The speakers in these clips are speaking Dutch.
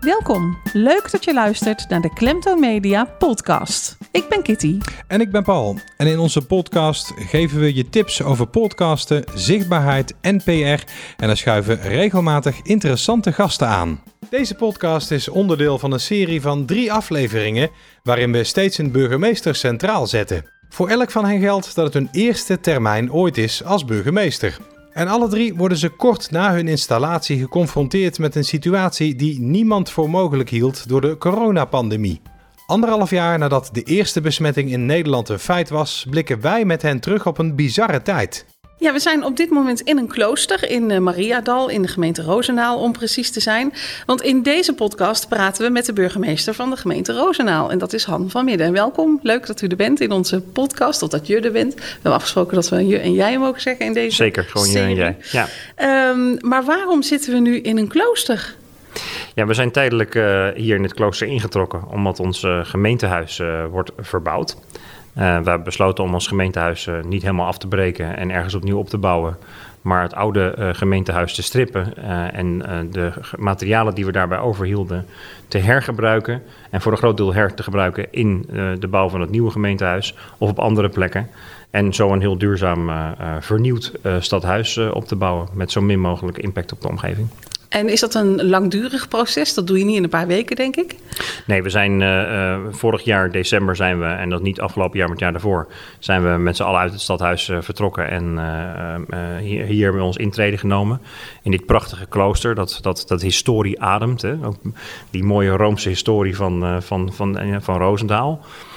Welkom. Leuk dat je luistert naar de Klemtoon Media podcast. Ik ben Kitty. En ik ben Paul. En in onze podcast geven we je tips over podcasten, zichtbaarheid en PR. En daar schuiven regelmatig interessante gasten aan. Deze podcast is onderdeel van een serie van 3 afleveringen waarin we steeds een burgemeester centraal zetten. Voor elk van hen geldt dat het hun eerste termijn ooit is als burgemeester. En alle 3 worden ze kort na hun installatie geconfronteerd met een situatie die niemand voor mogelijk hield door de coronapandemie. 1,5 jaar nadat de eerste besmetting in Nederland een feit was, blikken wij met hen terug op een bizarre tijd. Ja, we zijn op dit moment in een klooster in Mariadal in de gemeente Rozenaal om precies te zijn. Want in deze podcast praten we met de burgemeester van de gemeente Rozenaal. En dat is Han van Midden. Welkom, leuk dat u er bent in onze podcast, of dat je er bent. We hebben afgesproken dat we je en jij mogen zeggen in deze Zeker, gewoon serie. je en jij. Ja. Maar waarom zitten we nu in een klooster? Ja, we zijn tijdelijk hier in het klooster ingetrokken omdat ons gemeentehuis wordt verbouwd. We hebben besloten om ons gemeentehuis niet helemaal af te breken en ergens opnieuw op te bouwen, maar het oude gemeentehuis te strippen en de materialen die we daarbij overhielden te hergebruiken en voor een groot deel te gebruiken in de bouw van het nieuwe gemeentehuis of op andere plekken. En zo een heel duurzaam vernieuwd stadhuis op te bouwen met zo min mogelijk impact op de omgeving. En is dat een langdurig proces? Dat doe je niet in een paar weken, denk ik? Nee, we zijn vorig jaar december zijn we, en dat niet afgelopen jaar, maar het jaar daarvoor, zijn we met z'n allen uit het stadhuis vertrokken en hier hebben we ons intrede genomen. In dit prachtige klooster, dat historie ademt. Hè? Ook die mooie Roomse historie van Rozendaal.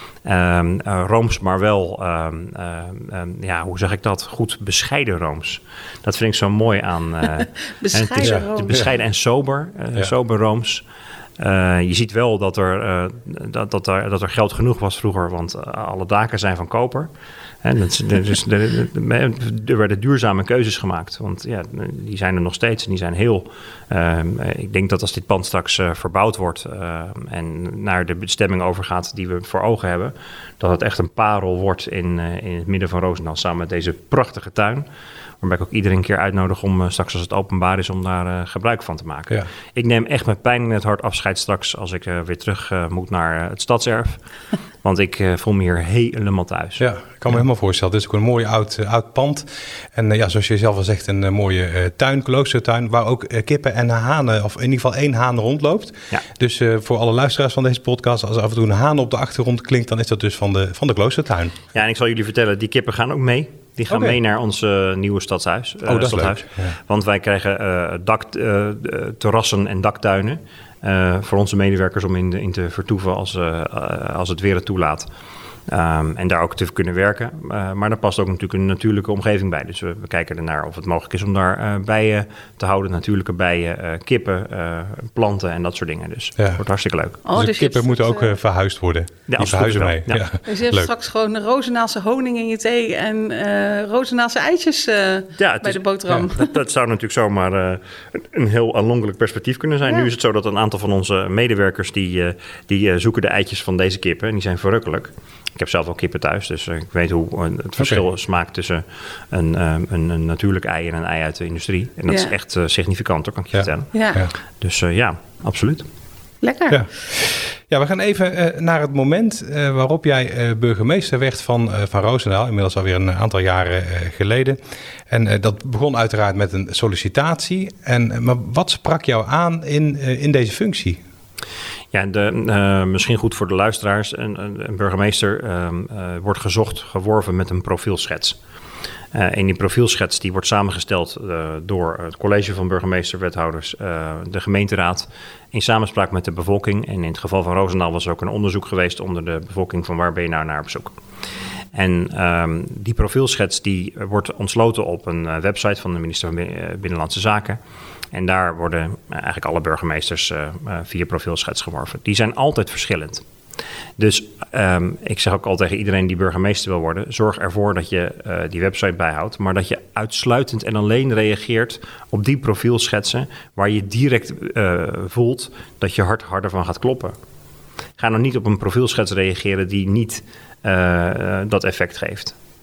Rooms, maar wel, hoe zeg ik dat? Goed bescheiden Rooms. Dat vind ik zo mooi aan. Bescheiden Rooms. Bescheiden en sober, sober Rooms. Je ziet wel dat er geld genoeg was vroeger, want alle daken zijn van koper. En er werden duurzame keuzes gemaakt, want ja, die zijn er nog steeds en die zijn heel. Ik denk dat als dit pand straks verbouwd wordt en naar de bestemming overgaat die we voor ogen hebben, dat het echt een parel wordt in het midden van Rozendaal samen met deze prachtige tuin. Waarbij ik ook iedereen een keer uitnodig om straks als het openbaar is om daar gebruik van te maken. Ja. Ik neem echt met pijn in het hart afscheid straks als ik weer terug moet naar het stadserf. Want ik voel me hier helemaal thuis. Ja, ik kan me helemaal voorstellen. Het is ook een mooi oud pand. En zoals je zelf al zegt, een mooie tuin, kloostertuin, waar ook kippen en hanen, of in ieder geval 1 haan rondloopt. Ja. Dus voor alle luisteraars van deze podcast, als af en toe een haan op de achtergrond klinkt, dan is dat dus van de kloostertuin. Ja, en ik zal jullie vertellen, die kippen gaan ook mee. Die gaan mee naar ons nieuwe stadshuis. Dat is leuk. Ja. Want wij krijgen terrassen en daktuinen voor onze medewerkers om in te vertoeven als het weer het toelaat. En daar ook te kunnen werken. Maar daar past ook natuurlijk een natuurlijke omgeving bij. Dus we kijken ernaar of het mogelijk is om daar bijen te houden. Natuurlijke bijen, kippen, planten en dat soort dingen. Dus het wordt hartstikke leuk. Dus de kippen moeten ook verhuisd worden. Ja, die verhuizen mee. Ja. Ja. Dus je hebt straks gewoon Rozenaalse honing in je thee en Rozenaalse eitjes bij de boterham. Ja, dat zou natuurlijk zomaar een heel aanlonkelijk perspectief kunnen zijn. Ja. Nu is het zo dat een aantal van onze medewerkers die zoeken de eitjes van deze kippen. En die zijn verrukkelijk. Ik heb zelf ook kippen thuis, dus ik weet hoe het verschil smaakt tussen een natuurlijk ei en een ei uit de industrie. En dat is echt significant, kan ik je vertellen. Ja. Dus absoluut. Lekker. Ja, we gaan even naar het moment waarop jij burgemeester werd van Rozendaal. Inmiddels alweer een aantal jaren geleden. En dat begon uiteraard met een sollicitatie. Maar wat sprak jou aan in deze functie? Ja, misschien goed voor de luisteraars. Een burgemeester wordt geworven met een profielschets. En die profielschets die wordt samengesteld door het college van burgemeester, wethouders, de gemeenteraad in samenspraak met de bevolking. En in het geval van Rozendaal was er ook een onderzoek geweest onder de bevolking van waar ben je nou naar op zoek. En die profielschets die wordt ontsloten op een website van de minister van Binnenlandse Zaken. En daar worden eigenlijk alle burgemeesters via profielschets geworven. Die zijn altijd verschillend. Dus ik zeg ook al tegen iedereen die burgemeester wil worden, zorg ervoor dat je die website bijhoudt, maar dat je uitsluitend en alleen reageert op die profielschetsen waar je direct voelt dat je hart harder van gaat kloppen. Ga nou niet op een profielschets reageren die niet dat effect geeft.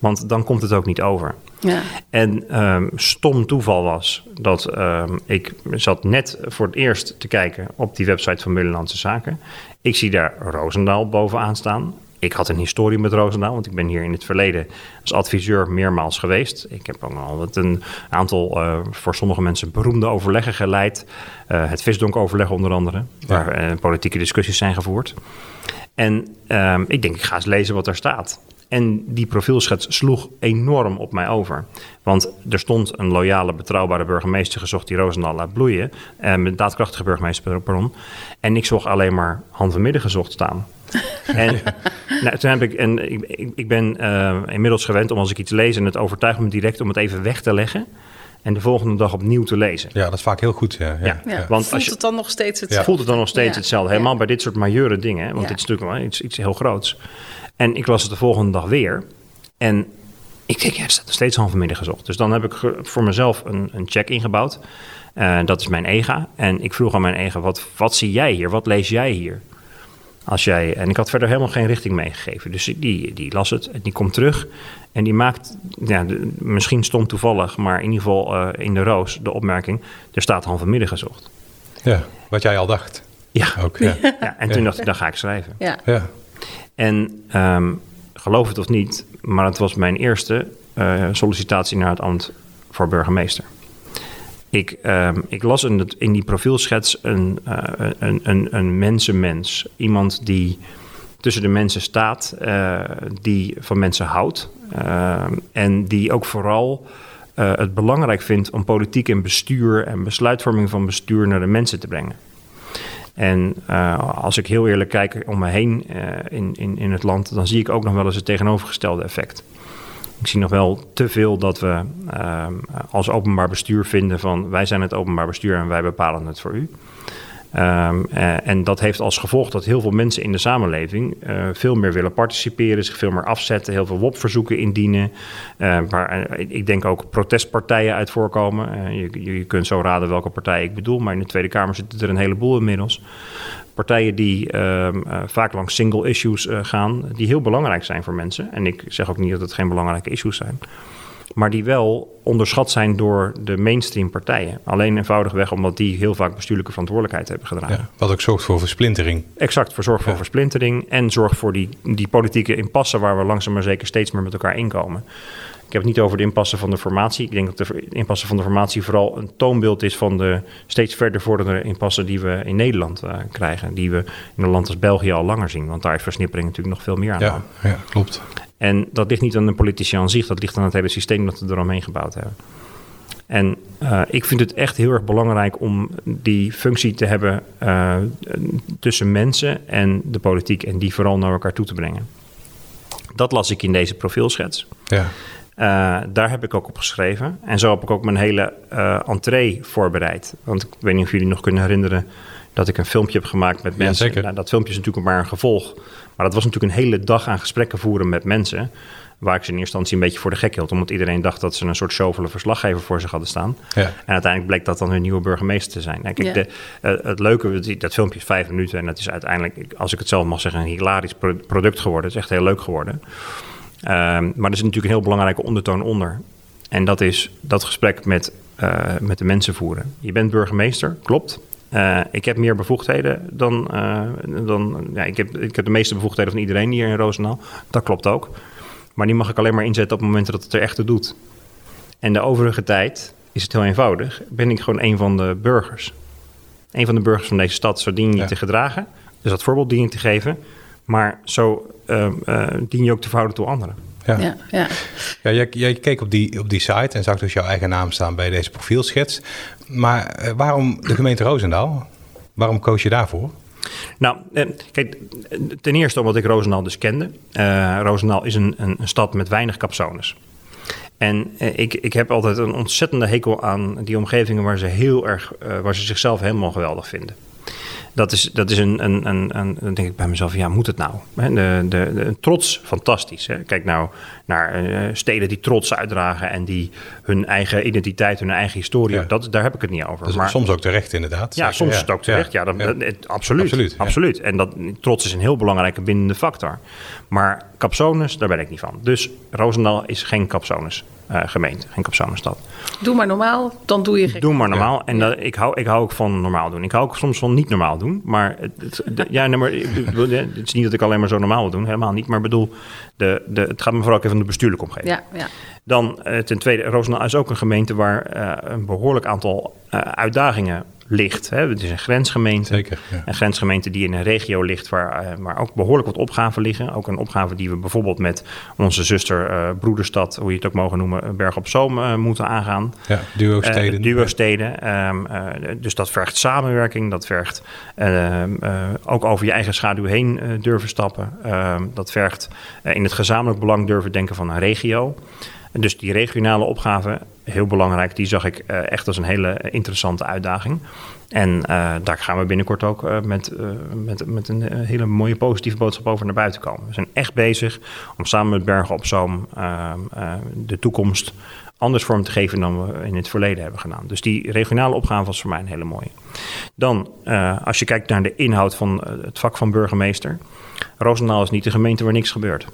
Want dan komt het ook niet over. Ja. En stom toeval was dat ik zat net voor het eerst te kijken op die website van Binnenlandse Zaken. Ik zie daar Roosendaal bovenaan staan. Ik had een historie met Roosendaal, want ik ben hier in het verleden als adviseur meermaals geweest. Ik heb ook al een aantal, voor sommige mensen, beroemde overleggen geleid. Het Visdonk-overleg onder andere, waar politieke discussies zijn gevoerd. En ik denk, ik ga eens lezen wat daar staat. En die profielschets sloeg enorm op mij over. Want er stond een loyale, betrouwbare burgemeester gezocht die Roosendaal laat bloeien. Een daadkrachtige burgemeester, pardon. En ik zag alleen maar Han van Midden gezocht staan. En toen heb ik ben inmiddels gewend om als ik iets lees en het overtuigt me direct om het even weg te leggen. En de volgende dag opnieuw te lezen. Ja, dat is vaak heel goed. Ja. Want voelt het dan nog steeds hetzelfde? Voelt het dan nog steeds hetzelfde. Helemaal bij dit soort majeure dingen. Want dit is natuurlijk wel iets heel groots. En ik las het de volgende dag weer. En ik denk, er staat nog steeds Han van Midden gezocht. Dus dan heb ik voor mezelf een check ingebouwd. Dat is mijn EGA. En ik vroeg aan mijn EGA, wat zie jij hier? Wat lees jij hier? En ik had verder helemaal geen richting meegegeven. Dus die las het en die komt terug. En die maakt, misschien stom toevallig, maar in ieder geval in de roos de opmerking, er staat Han van Midden gezocht. Ja, wat jij al dacht. Ja. Ook, ja. En toen dacht ik, dan ga ik schrijven. Ja. En geloof het of niet, maar het was mijn eerste sollicitatie naar het ambt voor burgemeester. Ik las in die profielschets een mensenmens. Iemand die tussen de mensen staat, die van mensen houdt. En die ook vooral het belangrijk vindt om politiek en bestuur en besluitvorming van bestuur naar de mensen te brengen. En als ik heel eerlijk kijk om me heen in het land, dan zie ik ook nog wel eens het tegenovergestelde effect. Ik zie nog wel te veel dat we als openbaar bestuur vinden van wij zijn het openbaar bestuur en wij bepalen het voor u. En dat heeft als gevolg dat heel veel mensen in de samenleving veel meer willen participeren, zich veel meer afzetten, heel veel WOP-verzoeken indienen. Waar ik denk ook protestpartijen uit voorkomen. Je kunt zo raden welke partij ik bedoel, maar in de Tweede Kamer zitten er een heleboel inmiddels. Partijen die vaak langs single issues gaan, die heel belangrijk zijn voor mensen. En ik zeg ook niet dat het geen belangrijke issues zijn. Maar die wel onderschat zijn door de mainstream partijen. Alleen eenvoudigweg omdat die heel vaak bestuurlijke verantwoordelijkheid hebben gedragen. Ja, wat ook zorgt voor versplintering. Exact, zorgt voor versplintering en zorgt voor die politieke impasse waar we langzaam maar zeker steeds meer met elkaar inkomen. Ik heb het niet over de impasse van de formatie. Ik denk dat de impasse van de formatie vooral een toonbeeld is van de steeds verder vorderende impasse die we in Nederland krijgen. Die we in een land als België al langer zien. Want daar is versnippering natuurlijk nog veel meer aan. Ja, klopt. En dat ligt niet aan de politici aan zich. Dat ligt aan het hele systeem dat we eromheen gebouwd hebben. En ik vind het echt heel erg belangrijk om die functie te hebben tussen mensen en de politiek. En die vooral naar elkaar toe te brengen. Dat las ik in deze profielschets. Ja. Daar heb ik ook op geschreven. En zo heb ik ook mijn hele entree voorbereid. Want ik weet niet of jullie nog kunnen herinneren dat ik een filmpje heb gemaakt met mensen. Ja, zeker. Nou, dat filmpje is natuurlijk maar een gevolg. Maar dat was natuurlijk een hele dag aan gesprekken voeren met mensen, waar ik ze in eerste instantie een beetje voor de gek hield. Omdat iedereen dacht dat ze een soort sjovele verslaggever voor zich hadden staan. Ja. En uiteindelijk bleek dat dan hun nieuwe burgemeester te zijn. Nou, kijk, het leuke, dat filmpje is 5 minuten. En dat is uiteindelijk, als ik het zelf mag zeggen, een hilarisch product geworden. Het is echt heel leuk geworden. Maar er is natuurlijk een heel belangrijke ondertoon onder. En dat is dat gesprek met de mensen voeren. Je bent burgemeester, klopt. Ik heb meer bevoegdheden dan ik heb de meeste bevoegdheden van iedereen hier in Roosendaal. Dat klopt ook. Maar die mag ik alleen maar inzetten op momenten dat het er echt toe doet. En de overige tijd is het heel eenvoudig. Ben ik gewoon een van de burgers. Een van de burgers van deze stad. Zo dien je te gedragen. Dus dat voorbeeld dien je te geven. Maar zo dien je ook te verhouden tot anderen. Ja, jij keek op die site en zag dus jouw eigen naam staan bij deze profielschets. Maar waarom de gemeente Roosendaal? Waarom koos je daarvoor? Nou, kijk, ten eerste omdat ik Roosendaal dus kende. Roosendaal is een stad met weinig capsones. En ik heb altijd een ontzettende hekel aan die omgevingen waar ze zichzelf helemaal geweldig vinden. Dat is dan denk ik bij mezelf, ja, moet het nou? De trots, fantastisch. Hè? Kijk nou naar steden die trots uitdragen en die hun eigen identiteit, hun eigen historie, daar heb ik het niet over. Dus maar soms ook terecht inderdaad. Ja, soms is het ook terecht. Absoluut. En trots is een heel belangrijke bindende factor. Maar Capsones, daar ben ik niet van. Dus Roosendaal is geen Capsones gemeente, geen Capsonesstad. Doe maar normaal, dan doe je gek. Doe maar normaal. Ja. En ik hou ook van normaal doen. Ik hou ook soms van niet normaal doen. Maar het is niet dat ik alleen maar zo normaal wil doen. Helemaal niet. Maar ik bedoel, het gaat me vooral even om de bestuurlijke omgeving. Ja. Dan ten tweede, Roosendaal is ook een gemeente waar een behoorlijk aantal uitdagingen ligt. Hè. Het is een grensgemeente. Zeker, ja. Een grensgemeente die in een regio ligt waar ook behoorlijk wat opgaven liggen. Ook een opgave die we bijvoorbeeld met onze zuster broederstad, hoe je het ook mogen noemen, Bergen op Zoom moeten aangaan. Ja, duo-steden. Duo-steden. Dus dat vergt samenwerking. Dat vergt ook over je eigen schaduw heen durven stappen. Dat vergt in het gezamenlijk belang durven denken van een regio. Dus die regionale opgave, heel belangrijk, die zag ik echt als een hele interessante uitdaging. En daar gaan we binnenkort ook met een hele mooie positieve boodschap over naar buiten komen. We zijn echt bezig om samen met Bergen op Zoom de toekomst anders vorm te geven dan we in het verleden hebben gedaan. Dus die regionale opgave was voor mij een hele mooie. Dan, als je kijkt naar de inhoud van het vak van burgemeester. Roosendaal is niet een gemeente waar niks gebeurt.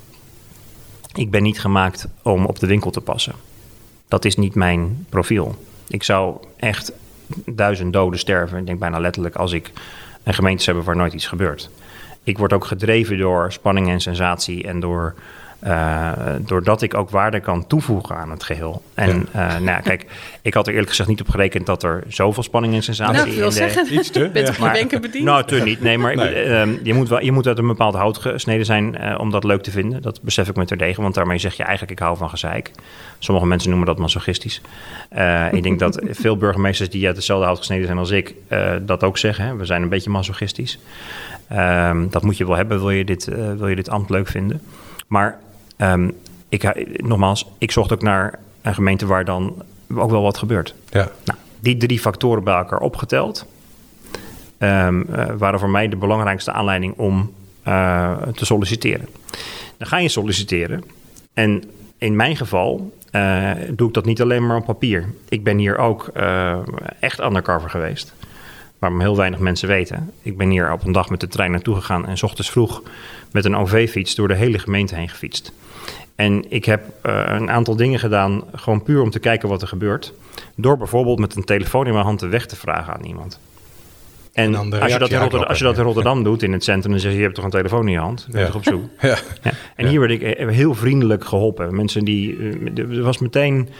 Ik ben niet gemaakt om op de winkel te passen. Dat is niet mijn profiel. Ik zou echt 1000 doden sterven, ik denk bijna letterlijk, als ik een gemeente heb waar nooit iets gebeurt. Ik word ook gedreven door spanning en sensatie en doordat ik ook waarde kan toevoegen aan het geheel. En kijk, ik had er eerlijk gezegd niet op gerekend dat er zoveel spanning en sensatie ik wil zeggen, iets te. Bent op je wenken bediend? Nou, te niet. Nee, maar je moet uit een bepaald hout gesneden zijn om dat leuk te vinden. Dat besef ik me terdege, want daarmee zeg je eigenlijk ik hou van gezeik. Sommige mensen noemen dat masochistisch. Ik denk dat veel burgemeesters die uit hetzelfde hout gesneden zijn als ik, dat ook zeggen. Hè? We zijn een beetje masochistisch. Dat moet je wel hebben, wil je dit ambt leuk vinden. Maar ik zocht ook naar een gemeente waar dan ook wel wat gebeurt. Ja. Nou, die 3 factoren bij elkaar opgeteld waren voor mij de belangrijkste aanleiding om te solliciteren. Dan ga je solliciteren en in mijn geval doe ik dat niet alleen maar op papier. Ik ben hier ook echt undercover geweest. Waarom heel weinig mensen weten. Ik ben hier op een dag met de trein naartoe gegaan en 's ochtends vroeg met een OV-fiets door de hele gemeente heen gefietst. En ik heb een aantal dingen gedaan, gewoon puur om te kijken wat er gebeurt. Door bijvoorbeeld met een telefoon in mijn hand de weg te vragen aan iemand. En als je dat in Rotterdam doet, in het centrum, dan zeg je hebt toch een telefoon in je hand? Ben je toch op zoek? Ja. En hier werd ik heel vriendelijk geholpen. Mensen er was meteen,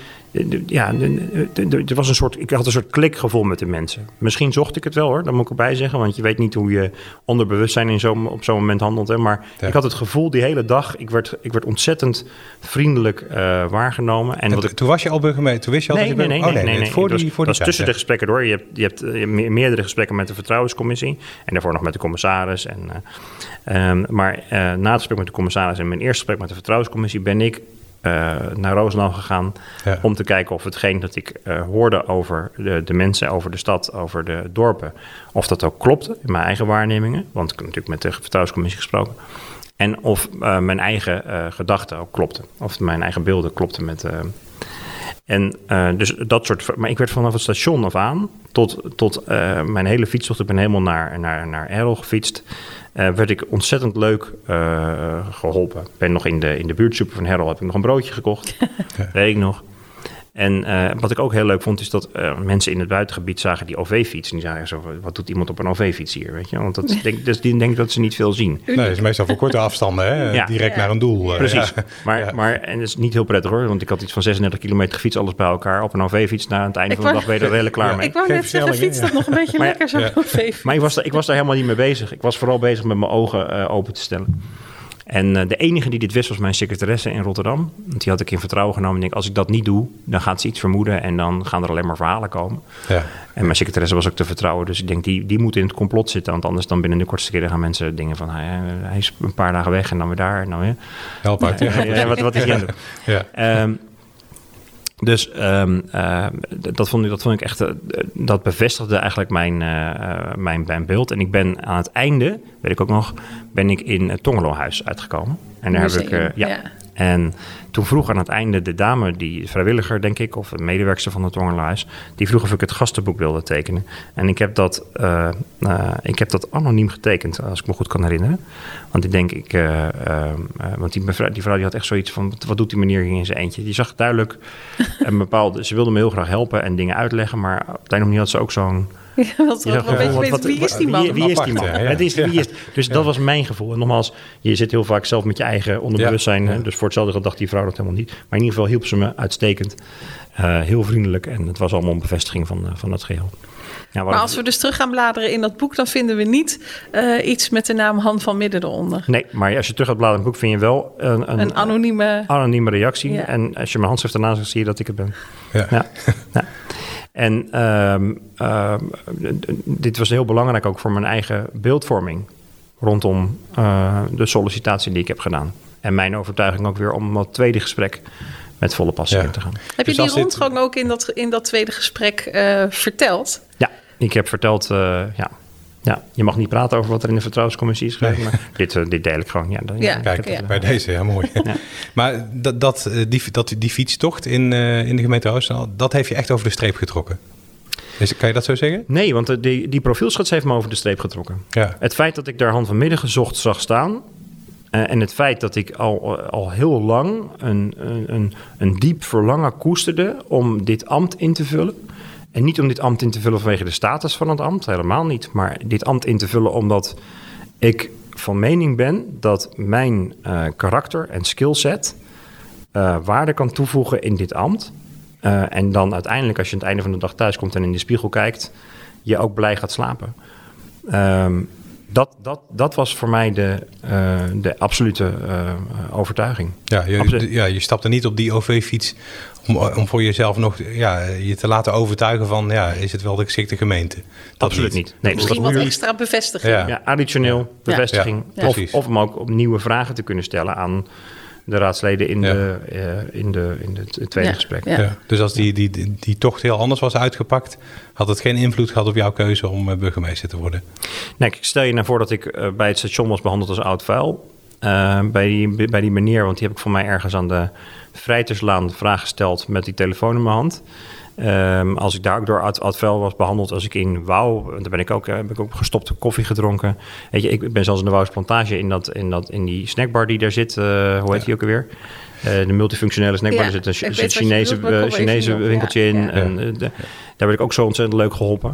er was ik had een soort klikgevoel met de mensen. Misschien zocht ik het wel hoor, dat moet ik erbij zeggen, want je weet niet hoe je onderbewustzijn op zo'n moment handelt. Hè? Maar ik had het gevoel die hele dag, ik werd ontzettend vriendelijk waargenomen. En toen was je al burgemeester, toen wist je al dat je nee. Dat was tussen de gesprekken door. Je hebt meerdere gesprekken met de vertrouwenscommissie en daarvoor nog met de commissaris. Maar na het gesprek met de commissaris en mijn eerste gesprek met de vertrouwenscommissie ben ik naar Roosendaal gegaan om te kijken of hetgeen dat ik hoorde over de mensen, over de stad, over de dorpen, of dat ook klopte in mijn eigen waarnemingen. Want ik heb natuurlijk met de vertrouwenscommissie gesproken. En of mijn eigen gedachten ook klopten. Of mijn eigen beelden klopten met... dus dat soort... Maar ik werd vanaf het station af aan tot mijn hele fietstocht. Ik ben helemaal naar Errol gefietst. Werd ik ontzettend leuk geholpen. Ik ben nog in de buurtsuper van Herrol heb ik nog een broodje gekocht. Dat weet ik nog. En wat ik ook heel leuk vond, is dat mensen in het buitengebied zagen die OV-fiets. En die zagen zo, wat doet iemand op een OV-fiets hier? Weet je? Want die denk dat ze niet veel zien. Nee, dat is meestal voor korte afstanden, hè? Direct naar een doel. Precies. Maar en dat is niet heel prettig hoor. Want ik had iets van 36 kilometer gefietst, alles bij elkaar. Op een OV-fiets, na het einde van de dag ben je er redelijk klaar mee. Ik wou net zeggen, fiets dat nog een beetje lekker zo'n OV-fiets. Maar ik was daar helemaal niet mee bezig. Ik was vooral bezig met mijn ogen open te stellen. En de enige die dit wist was mijn secretaresse in Rotterdam. Want die had ik in vertrouwen genomen. En ik denk, als ik dat niet doe, dan gaat ze iets vermoeden. En dan gaan er alleen maar verhalen komen. Ja. En mijn secretaresse was ook te vertrouwen. Dus ik denk, die moet in het complot zitten. Want anders dan binnen de kortste keren gaan mensen dingen van... Hij is een paar dagen weg en dan weer daar. En dan weer. Help uit. Wat is hij aan het doen? Ja. Dus dat vond ik echt... dat bevestigde eigenlijk mijn beeld. En ik ben aan het einde, weet ik ook nog... ben ik in het Tongelohuis uitgekomen. En daar heb ik... En toen vroeg aan het einde de dame, die vrijwilliger denk ik, of een medewerkster van het Tongerhuis, die vroeg of ik het gastenboek wilde tekenen. En ik heb dat anoniem getekend, als ik me goed kan herinneren. Want ik denk, want die vrouw die had echt zoiets van, wat doet die meneer hier in zijn eentje? Die zag duidelijk een bepaalde, ze wilde me heel graag helpen en dingen uitleggen, maar op de een manier had ze ook zo'n... Wie is die man? Wie is die man? Ja. Dus dat was mijn gevoel. En nogmaals, je zit heel vaak zelf met je eigen onderbewustzijn. Ja. Dus voor hetzelfde dacht die vrouw dat helemaal niet. Maar in ieder geval hielp ze me uitstekend. Heel vriendelijk. En het was allemaal een bevestiging van het geheel. Ja, maar als we dus terug gaan bladeren in dat boek, dan vinden we niet iets met de naam Han van Midden eronder. Nee, maar als je terug gaat bladeren in het boek, vind je wel een anonieme reactie. Ja. En als je mijn handschrift ernaast zegt, zie je dat ik het ben. Ja. En dit was heel belangrijk ook voor mijn eigen beeldvorming rondom de sollicitatie die ik heb gedaan. En mijn overtuiging ook weer om dat tweede gesprek met volle passie in te gaan. Heb je die rondgang ook in dat tweede gesprek verteld? Ja, ik heb verteld, ja, je mag niet praten over wat er in de vertrouwenscommissie is geschreven, maar dit deel ik gewoon. Kijk, bij deze, ja, mooi. Ja. Maar die fietstocht in de gemeente Roosendaal, dat heeft je echt over de streep getrokken? Kan je dat zo zeggen? Nee, want die profielschets heeft me over de streep getrokken. Ja. Het feit dat ik daar Han van Midden gezocht zag staan, en het feit dat ik al heel lang een diep verlangen koesterde om dit ambt in te vullen. En niet om dit ambt in te vullen vanwege de status van het ambt, helemaal niet. Maar dit ambt in te vullen omdat ik van mening ben dat mijn karakter en skillset waarde kan toevoegen in dit ambt. En dan uiteindelijk, als je aan het einde van de dag thuis komt en in de spiegel kijkt, je ook blij gaat slapen. Dat was voor mij de absolute overtuiging. Ja, je stapte niet op die OV-fiets om voor jezelf nog je te laten overtuigen van, is het wel de geschikte gemeente? Dat absoluut niet. Nee, misschien wat extra bevestiging. Ja, additioneel bevestiging. Ja. Of om ook op nieuwe vragen te kunnen stellen aan de raadsleden in het tweede gesprek. Ja. Ja. Dus als die tocht heel anders was uitgepakt, had het geen invloed gehad op jouw keuze om burgemeester te worden? Nee, ik stel je nou voor dat ik bij het station was behandeld als oud vuil. Bij die meneer, want die heb ik voor mij ergens aan de Vrijterslaan de vraag gesteld met die telefoon in mijn hand. Als ik daar ook door oud vuil was behandeld, als ik in Wouw, daar heb ik ook gestopte koffie gedronken. Weet je, ik ben zelfs in de Wouwse Plantage in die snackbar die daar zit. Hoe heet die ook alweer? De multifunctionele snackbar. Er zit een Chinese winkeltje in. Ja. En, daar werd ik ook zo ontzettend leuk geholpen.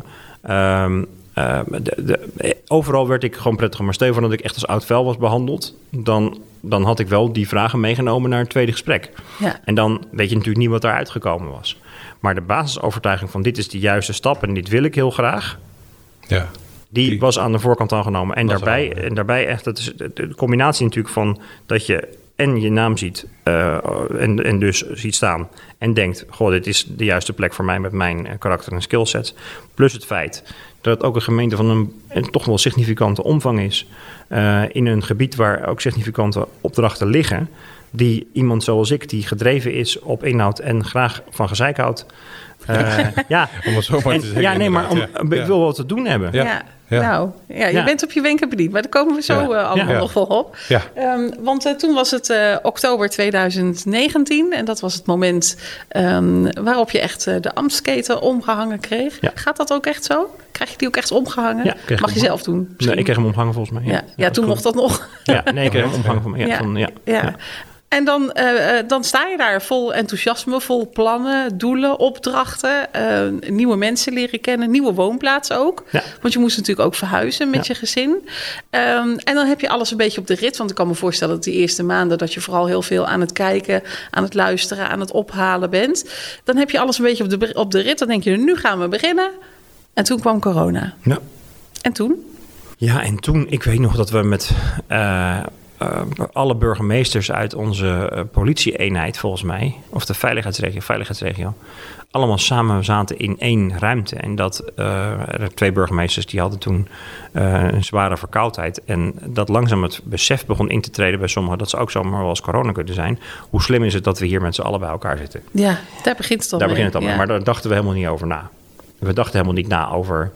Overal werd ik gewoon prettig. Maar stel je voor dat ik echt als oud vuil was behandeld, dan had ik wel die vragen meegenomen naar het tweede gesprek. Ja. En dan weet je natuurlijk niet wat daaruit gekomen was. Maar de basisovertuiging van dit is de juiste stap en dit wil ik heel graag, die was aan de voorkant al genomen. En daarbij echt, dat is de combinatie natuurlijk van dat je en je naam ziet en dus ziet staan en denkt, goh, dit is de juiste plek voor mij met mijn karakter en skillsets. Plus het feit dat het ook een gemeente van een toch wel significante omvang is. In een gebied waar ook significante opdrachten liggen, die iemand zoals ik, die gedreven is op inhoud en graag van gezeik houdt. Om het zo maar te zeggen. Ik wil wat te doen hebben. Je bent op je wenken bediend, maar daar komen we zo allemaal nog wel op. Ja. Want toen was het oktober 2019 en dat was het moment waarop je echt de ambtsketen omgehangen kreeg. Ja. Gaat dat ook echt zo? Krijg je die ook echt omgehangen? Ja, mag je zelf doen? Misschien? Nee, ik kreeg hem omgehangen volgens mij. Ja, toen mocht dat nog. Ik kreeg hem omgehangen van mij. Ja. En dan sta je daar vol enthousiasme, vol plannen, doelen, opdrachten, nieuwe mensen leren kennen, nieuwe woonplaats ook. Ja. Want je moest natuurlijk ook verhuizen met je gezin. En dan heb je alles een beetje op de rit. Want ik kan me voorstellen dat die eerste maanden dat je vooral heel veel aan het kijken, aan het luisteren, aan het ophalen bent. Dan heb je alles een beetje op de rit. Dan denk je, nu gaan we beginnen. En toen kwam corona. Ja. En toen? Ja, en toen, ik weet nog dat we met alle burgemeesters uit onze politie-eenheid, volgens mij, of de veiligheidsregio, allemaal samen zaten in één ruimte. En dat er 2 burgemeesters die hadden toen een zware verkoudheid. En dat langzaam het besef begon in te treden bij sommigen dat ze ook zomaar wel eens corona kunnen zijn. Hoe slim is het dat we hier met z'n allen bij elkaar zitten? Ja, daar begint het al mee. Maar daar dachten we helemaal niet over na. We dachten helemaal niet na over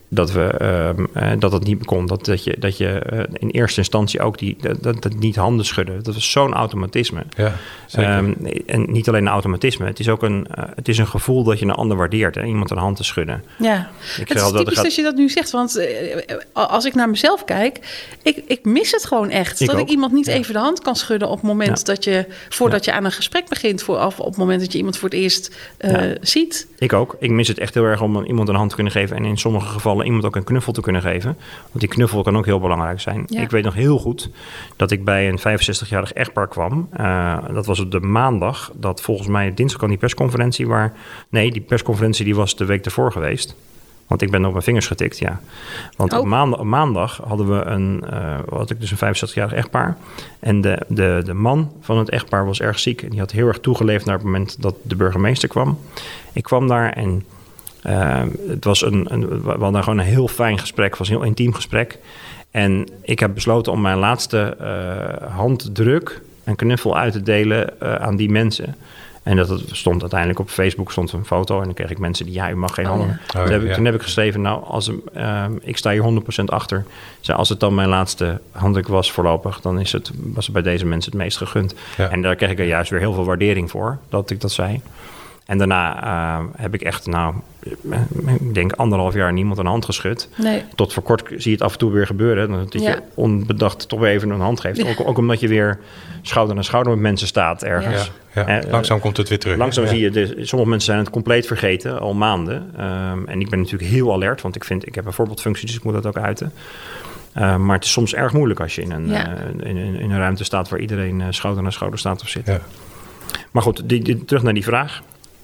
dat het niet kon. Dat je in eerste instantie ook dat niet handen schudden. Dat was zo'n automatisme. Ja, zeker. En niet alleen een automatisme. Het is ook een gevoel dat je een ander waardeert. Hè? Iemand een hand te schudden. Ja, het is typisch dat je dat nu zegt. Want als ik naar mezelf kijk, ik mis het gewoon echt. Ik iemand niet even de hand kan schudden op het moment voordat je aan een gesprek begint. Of op het moment dat je iemand voor het eerst ziet. Ik ook. Ik mis het echt heel erg om iemand een hand te kunnen geven. En in sommige gevallen iemand ook een knuffel te kunnen geven. Want die knuffel kan ook heel belangrijk zijn. Ja. Ik weet nog heel goed dat ik bij een 65-jarig echtpaar kwam. Dat was op de maandag. Dat volgens mij dinsdag kan die persconferentie die persconferentie die was de week ervoor geweest. Want ik ben op mijn vingers getikt, ja. Want op maandag hadden we een 65-jarig echtpaar. En de man van het echtpaar was erg ziek. En die had heel erg toegeleefd naar het moment dat de burgemeester kwam. Ik kwam daar en het was we hadden gewoon een heel fijn gesprek. Het was een heel intiem gesprek. En ik heb besloten om mijn laatste handdruk en knuffel uit te delen aan die mensen. En dat stond uiteindelijk op Facebook een foto. En dan kreeg ik mensen die, u mag geen handen. Ja. Toen heb ik geschreven, ik sta hier 100% achter. Als het dan mijn laatste handdruk was voorlopig, dan was het bij deze mensen het meest gegund. Ja. En daar kreeg ik er juist weer heel veel waardering voor, dat ik dat zei. En daarna heb ik echt, ik denk 1,5 jaar niemand een hand geschud. Nee. Tot voor kort zie je het af en toe weer gebeuren. Dat je onbedacht toch weer even een hand geeft. Ja. Ook omdat je weer schouder aan schouder met mensen staat ergens. Ja. Langzaam komt het weer terug. Langzaam zie je, sommige mensen zijn het compleet vergeten, al maanden. En ik ben natuurlijk heel alert, want ik heb een voorbeeldfunctie, dus ik moet dat ook uiten. Maar het is soms erg moeilijk als je in een ruimte staat waar iedereen schouder aan schouder staat of zit. Ja. Maar goed, terug naar die vraag.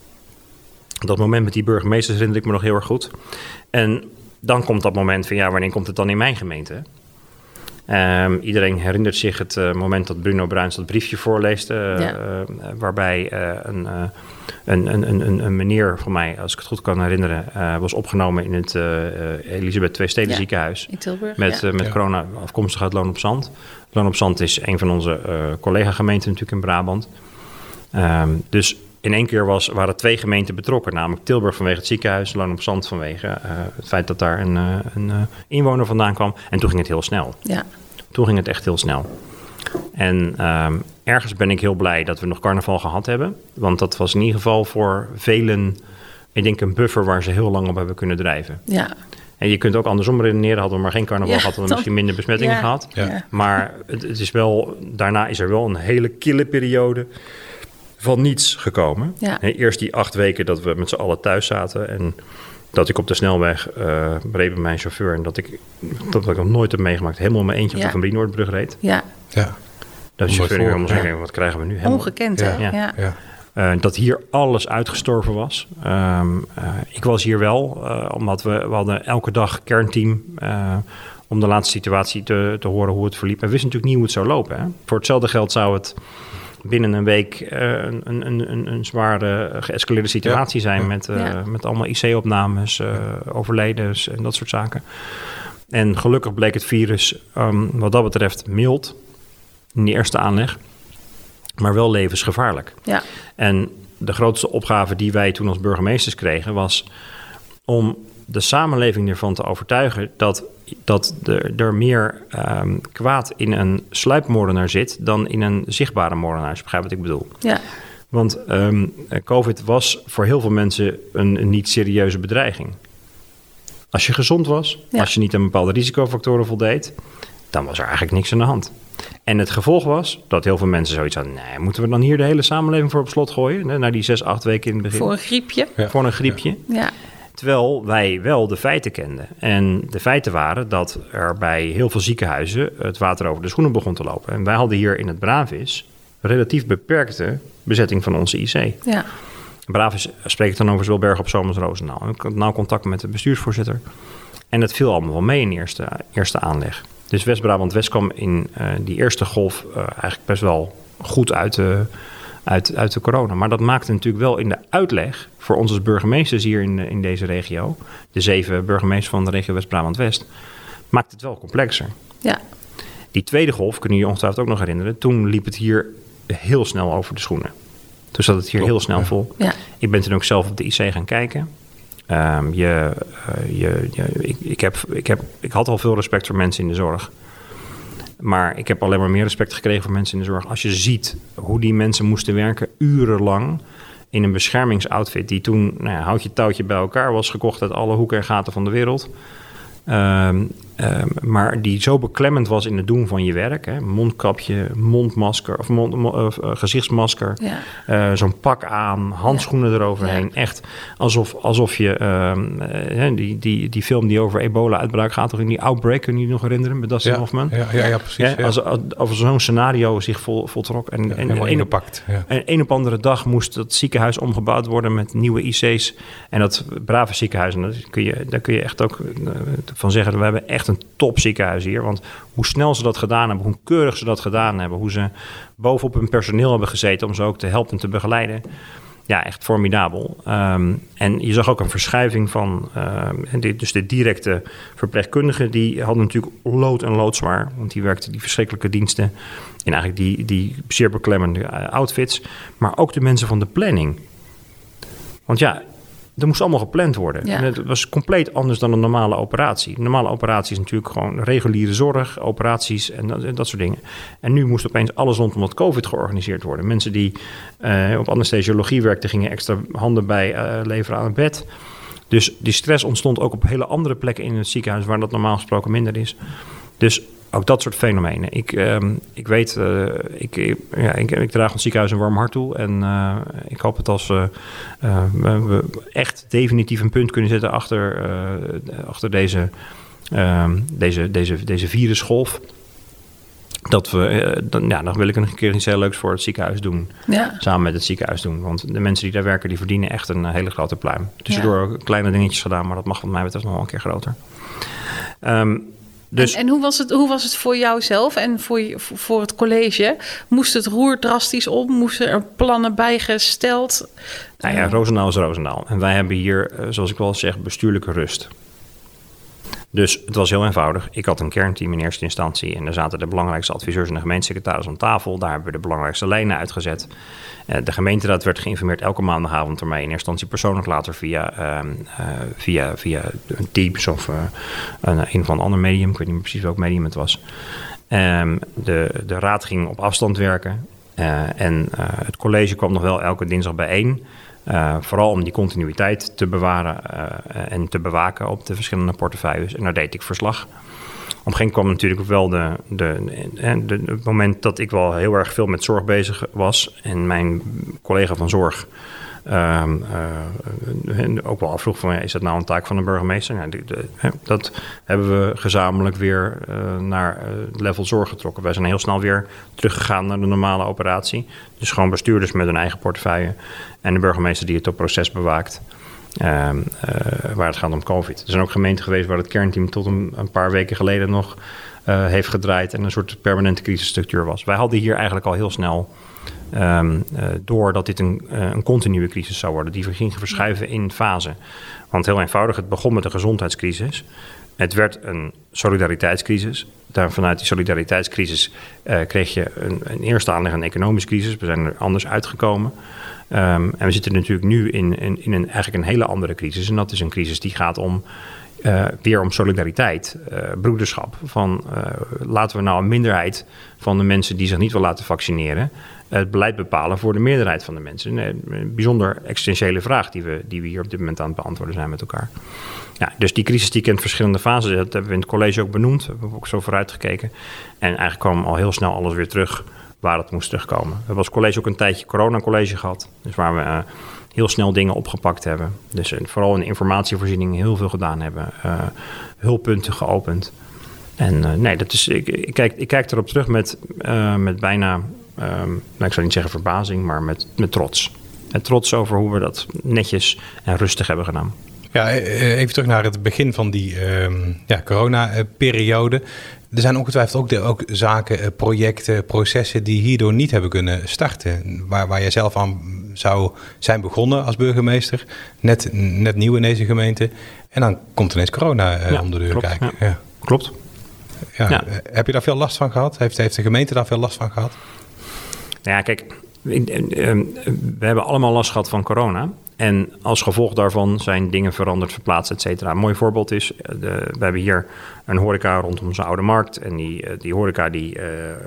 Dat moment met die burgemeesters herinner ik me nog heel erg goed. En dan komt dat moment van, wanneer komt het dan in mijn gemeente? Iedereen herinnert zich het moment dat Bruno Bruins dat briefje voorleest. Waarbij een meneer van mij, als ik het goed kan herinneren, was opgenomen in het Elisabeth II Steden ziekenhuis. In Tilburg. Met corona afkomstig uit Loon op Zand. Loon op Zand is een van onze collega-gemeenten natuurlijk in Brabant. Dus in één keer waren 2 gemeenten betrokken. Namelijk Tilburg vanwege het ziekenhuis, Loon op Zand vanwege het feit dat daar een inwoner vandaan kwam. En toen ging het heel snel. Ja. Toen ging het echt heel snel. En ergens ben ik heel blij dat we nog carnaval gehad hebben. Want dat was in ieder geval voor velen, ik denk, een buffer waar ze heel lang op hebben kunnen drijven. Ja. En je kunt ook andersom redeneren. Hadden we maar geen carnaval gehad, hadden we misschien minder besmettingen gehad. Ja. Maar het is wel, daarna is er wel een hele kille periode van niets gekomen. Ja. Eerst die 8 weken dat we met z'n allen thuis zaten. En dat ik op de snelweg reed met mijn chauffeur. En dat ik nog nooit heb meegemaakt. Helemaal in mijn eentje op de Van Brienoordbrug reed. Ja. Dat de chauffeur helemaal zei, wat krijgen we nu? Ongekend, hè? Ja. Dat hier alles uitgestorven was. Ik was hier wel, omdat we hadden elke dag kernteam om de laatste situatie te horen hoe het verliep. En we wisten natuurlijk niet hoe het zou lopen. Hè? Voor hetzelfde geld zou het binnen een week een zware geëscaleerde situatie zijn met allemaal IC-opnames, overledens en dat soort zaken. En gelukkig bleek het virus wat dat betreft mild in die eerste aanleg, maar wel levensgevaarlijk. Ja. En de grootste opgave die wij toen als burgemeesters kregen was om de samenleving ervan te overtuigen dat er meer kwaad in een sluipmoordenaar zit dan in een zichtbare moordenaar. Als je begrijpt wat ik bedoel. Ja. Want COVID was voor heel veel mensen een niet serieuze bedreiging. Als je gezond was, als je niet aan bepaalde risicofactoren voldeed, dan was er eigenlijk niks aan de hand. En het gevolg was dat heel veel mensen zoiets hadden, nee, moeten we dan hier de hele samenleving voor op slot gooien? Na die 6-8 weken in het begin. Voor een griepje. Ja. Voor een griepje. Ja. Terwijl wij wel de feiten kenden. En de feiten waren dat er bij heel veel ziekenhuizen het water over de schoenen begon te lopen. En wij hadden hier in het Bravis relatief beperkte bezetting van onze IC. Ja. Bravis spreek ik dan over zowel Bergen op Zoom als Roosendaal. Ik had nauw contact met de bestuursvoorzitter. En het viel allemaal wel mee in de eerste aanleg. Dus West-Brabant-West kwam in die eerste golf eigenlijk best wel goed uit de corona. Maar dat maakte natuurlijk wel in de uitleg voor ons als burgemeesters hier in deze regio, de 7 burgemeesters van de regio West-Brabant-West, maakt het wel complexer. Ja. Die tweede golf, kunnen je ongetwijfeld ook nog herinneren, toen liep het hier heel snel over de schoenen. Toen zat het hier heel snel vol. Ja. Ik ben toen ook zelf op de IC gaan kijken. Ik had al veel respect voor mensen in de zorg. Maar ik heb alleen maar meer respect gekregen voor mensen in de zorg. Als je ziet hoe die mensen moesten werken urenlang in een beschermingsoutfit die toen houtje touwtje bij elkaar was gekocht uit alle hoeken en gaten van de wereld. Maar die zo beklemmend was in het doen van je werk. Hè? Mondkapje, mondmasker of gezichtsmasker. Ja. Zo'n pak aan, handschoenen eroverheen. Ja. Echt alsof je... die film die over ebola-uitbraak gaat, toch in die Outbreak, kun je je nog herinneren? Met Dustin Hoffman. Ja, precies. Ja? Als zo'n scenario zich voltrok. En een op andere dag moest dat ziekenhuis omgebouwd worden met nieuwe IC's. En dat brave ziekenhuis. En daar kun je echt ook van zeggen, we hebben echt een topziekenhuis hier. Want hoe snel ze dat gedaan hebben, hoe keurig ze dat gedaan hebben, hoe ze bovenop hun personeel hebben gezeten om ze ook te helpen en te begeleiden. Ja, echt formidabel. En je zag ook een verschuiving van... dus de directe verpleegkundigen, die hadden natuurlijk lood en loodzwaar. Want die werkten die verschrikkelijke diensten in eigenlijk die zeer beklemmende outfits. Maar ook de mensen van de planning. Want ja, er moest allemaal gepland worden. Ja. En het was compleet anders dan een normale operatie. Een normale operatie is natuurlijk gewoon reguliere zorg, operaties en dat soort dingen. En nu moest opeens alles rondom het COVID georganiseerd worden. Mensen die op anesthesiologie werkten, gingen extra handen bij leveren aan het bed. Dus die stress ontstond ook op hele andere plekken in het ziekenhuis, waar dat normaal gesproken minder is. Dus ook dat soort fenomenen. Ik weet, ik draag ons ziekenhuis een warm hart toe. En ik hoop het als we echt definitief een punt kunnen zetten achter deze virusgolf. Dat we, dan wil ik nog een keer iets heel leuks voor het ziekenhuis doen. Ja. Samen met het ziekenhuis doen. Want de mensen die daar werken, die verdienen echt een hele grote pluim. Tussendoor ook kleine dingetjes gedaan, maar dat mag wat mij betreft nog wel een keer groter. Dus. En hoe was het voor jou zelf en voor het college? Moest het roer drastisch op? Moesten er plannen bijgesteld? Nou ja, Roosendaal is Roosendaal. En wij hebben hier, zoals ik wel zeg, bestuurlijke rust. Dus het was heel eenvoudig. Ik had een kernteam in eerste instantie. En daar zaten de belangrijkste adviseurs en de gemeentesecretaris aan tafel. Daar hebben we de belangrijkste lijnen uitgezet. De gemeenteraad werd geïnformeerd elke maandagavond door mij. In eerste instantie persoonlijk, later via een Teams of een van een ander medium. Ik weet niet meer precies welk medium het was. De raad ging op afstand werken. En het college kwam nog wel elke dinsdag bijeen. Vooral om die continuïteit te bewaren en te bewaken op de verschillende portefeuilles. En daar deed ik verslag. Op een gegeven moment kwam natuurlijk wel het moment dat ik wel heel erg veel met zorg bezig was. En mijn collega van zorg ook wel afvroeg van, is dat nou een taak van de burgemeester? Nou, dat hebben we gezamenlijk weer naar het level zorg getrokken. Wij zijn heel snel weer teruggegaan naar de normale operatie. Dus gewoon bestuurders met hun eigen portefeuille en de burgemeester die het proces bewaakt. Waar het gaat om COVID. Er zijn ook gemeenten geweest waar het kernteam tot een paar weken geleden nog heeft gedraaid en een soort permanente crisisstructuur was. Wij hadden hier eigenlijk al heel snel doordat dit een continue crisis zou worden. Die ging verschuiven in fase. Want heel eenvoudig, het begon met een gezondheidscrisis. Het werd een solidariteitscrisis. Vanuit die solidariteitscrisis kreeg je een eerste aanleg een economische crisis. We zijn er anders uitgekomen. En we zitten natuurlijk nu in eigenlijk een hele andere crisis. En dat is een crisis die gaat weer om solidariteit, broederschap. Laten we nou een minderheid van de mensen die zich niet wil laten vaccineren het beleid bepalen voor de meerderheid van de mensen. Een bijzonder existentiële vraag die we hier op dit moment aan het beantwoorden zijn met elkaar. Ja, dus die crisis die kent verschillende fases. Dat hebben we in het college ook benoemd. We hebben ook zo vooruit gekeken. En eigenlijk kwam al heel snel alles weer terug waar het moest terugkomen. We hebben als college ook een tijdje corona-college gehad. Dus waar we heel snel dingen opgepakt hebben. Dus vooral in de informatievoorziening heel veel gedaan hebben. Hulppunten geopend. En ik kijk erop terug met bijna, ik zou niet zeggen verbazing, maar met trots. Met trots over hoe we dat netjes en rustig hebben gedaan. Ja, even terug naar het begin van die corona-periode. Er zijn ongetwijfeld ook zaken, projecten, processen die hierdoor niet hebben kunnen starten. Waar jij zelf aan zou zijn begonnen als burgemeester. Net nieuw in deze gemeente. En dan komt ineens corona om de deur kijken. Ja. Klopt. Ja. Heb je daar veel last van gehad? Heeft de gemeente daar veel last van gehad? Ja, kijk, we hebben allemaal last gehad van corona. En als gevolg daarvan zijn dingen veranderd, verplaatst, et cetera. Een mooi voorbeeld is, we hebben hier een horeca rondom onze Oude Markt. En die horeca die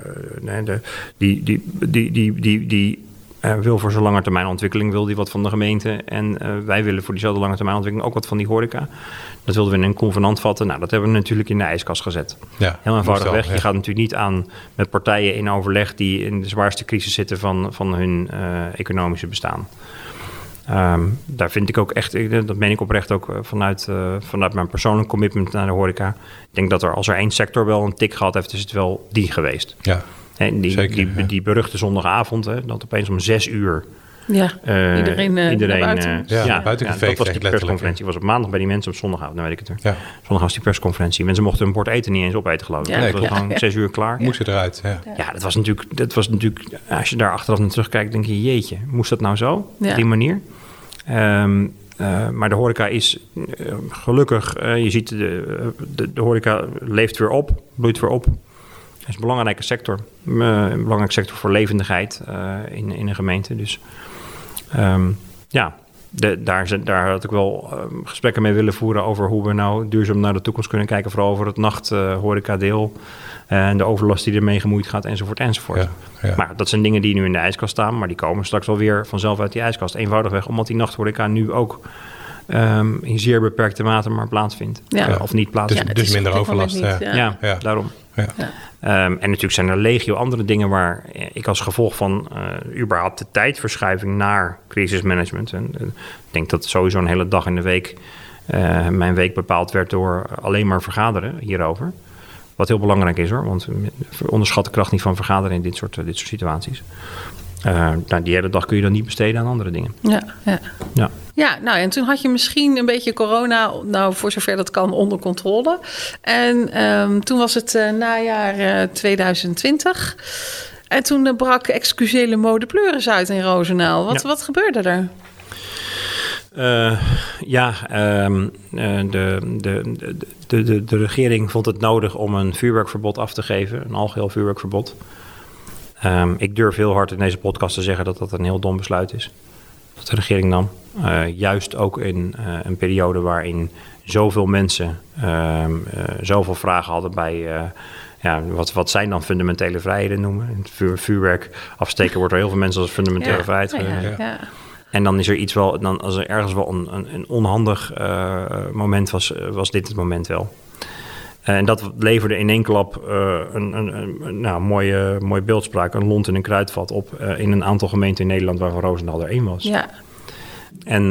wil voor zo'n langetermijnontwikkeling wil die wat van de gemeente. En wij willen voor diezelfde langetermijnontwikkeling ook wat van die horeca. Dat wilden we in een convenant vatten. Nou, dat hebben we natuurlijk in de ijskast gezet. Ja, heel eenvoudig weg. Ja. Je gaat natuurlijk niet aan met partijen in overleg die in de zwaarste crisis zitten van hun economische bestaan. Daar vind ik ook echt, dat meen ik oprecht ook vanuit mijn persoonlijk commitment naar de horeca. Ik denk dat als er één sector wel een tik gehad heeft, is het wel die geweest. Ja. Die beruchte zondagavond, dat opeens om 6 uur... Ja, iedereen buiten. Buiten dat was die persconferentie. Was op maandag bij die mensen op zondagavond, nou weet ik het er. Ja. Zondag was die persconferentie. Mensen mochten hun bord eten niet eens opeten, geloof ik. Ja, dat was gewoon 6 uur klaar. Moest je eruit, Ja, dat was natuurlijk... Als je daar achteraf naar terugkijkt, denk je, jeetje, moest dat nou zo? Op die manier? Maar de horeca is gelukkig... je ziet, de horeca leeft weer op, bloeit weer op. Het is een belangrijke sector. Een belangrijke sector voor levendigheid in een gemeente. Dus daar had ik wel gesprekken mee willen voeren over hoe we nou duurzaam naar de toekomst kunnen kijken. Vooral over het nachthorecadeel en de overlast die ermee gemoeid gaat enzovoort. Ja. Maar dat zijn dingen die nu in de ijskast staan, maar die komen straks wel weer vanzelf uit die ijskast. Eenvoudigweg omdat die nachthoreca nu ook in zeer beperkte mate maar plaatsvindt. Ja. Of niet plaatsvindt. Dus minder overlast. Daarom. Ja. En natuurlijk zijn er legio andere dingen waar ik als gevolg van überhaupt de tijdverschuiving naar crisismanagement. En ik denk dat sowieso een hele dag in de week mijn week bepaald werd door alleen maar vergaderen hierover. Wat heel belangrijk is hoor, want onderschat de kracht niet van vergaderen in dit soort situaties. Die hele dag kun je dan niet besteden aan andere dingen. Ja, nou en toen had je misschien een beetje corona, nou voor zover dat kan, onder controle. En toen was het najaar 2020. En toen brak excusele mode pleuris uit in Rozenaal. Wat gebeurde er? De regering vond het nodig om een vuurwerkverbod af te geven. Een algeheel vuurwerkverbod. Ik durf heel hard in deze podcast te zeggen dat dat een heel dom besluit is. Dat de regering nam. Juist ook in een periode waarin zoveel mensen zoveel vragen hadden bij... wat zijn dan fundamentele vrijheden noemen? Vuurwerk afsteken wordt door heel veel mensen als fundamentele vrijheid. En dan is er iets wel... als er ergens wel een onhandig moment was dit het moment wel. En dat leverde in één klap een mooie beeldspraak, een lont in een kruidvat op in een aantal gemeenten in Nederland waarvan Roosendaal er één was. Ja. En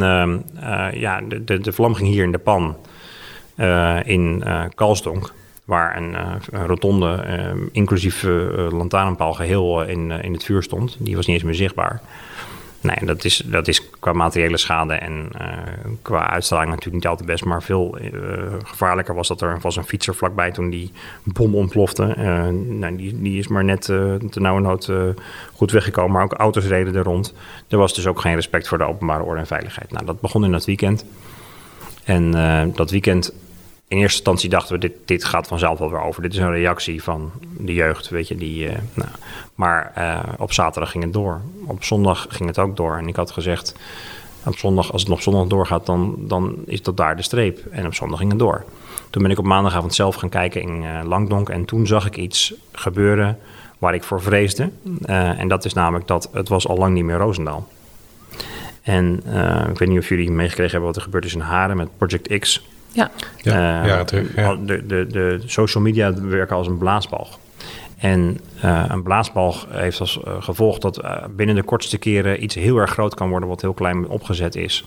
de vlam ging hier in de pan in Kalsdonk, waar een rotonde inclusief lantaarnpaal geheel in het vuur stond. Die was niet eens meer zichtbaar. Nee, dat is qua materiële schade en qua uitstraling natuurlijk niet altijd best, maar veel gevaarlijker was dat er was een fietser vlakbij toen die bom ontplofte. Die is maar net ternauwernood goed weggekomen, maar ook auto's reden er rond. Er was dus ook geen respect voor de openbare orde en veiligheid. Nou, dat begon in dat weekend. En dat weekend, in eerste instantie dachten we, dit gaat vanzelf wel weer over. Dit is een reactie van de jeugd, weet je. Maar op zaterdag ging het door. Op zondag ging het ook door. En ik had gezegd, op zondag, als het nog zondag doorgaat, dan is dat daar de streep. En op zondag ging het door. Toen ben ik op maandagavond zelf gaan kijken in Langdonk. En toen zag ik iets gebeuren waar ik voor vreesde. En dat is namelijk dat het was al lang niet meer Roosendaal. En ik weet niet of jullie meegekregen hebben wat er gebeurd is in Haren met Project X. Jaren terug. Ja. De social media werken als een blaasbalg. En een blaasbalg heeft als gevolg dat binnen de kortste keren iets heel erg groot kan worden wat heel klein opgezet is.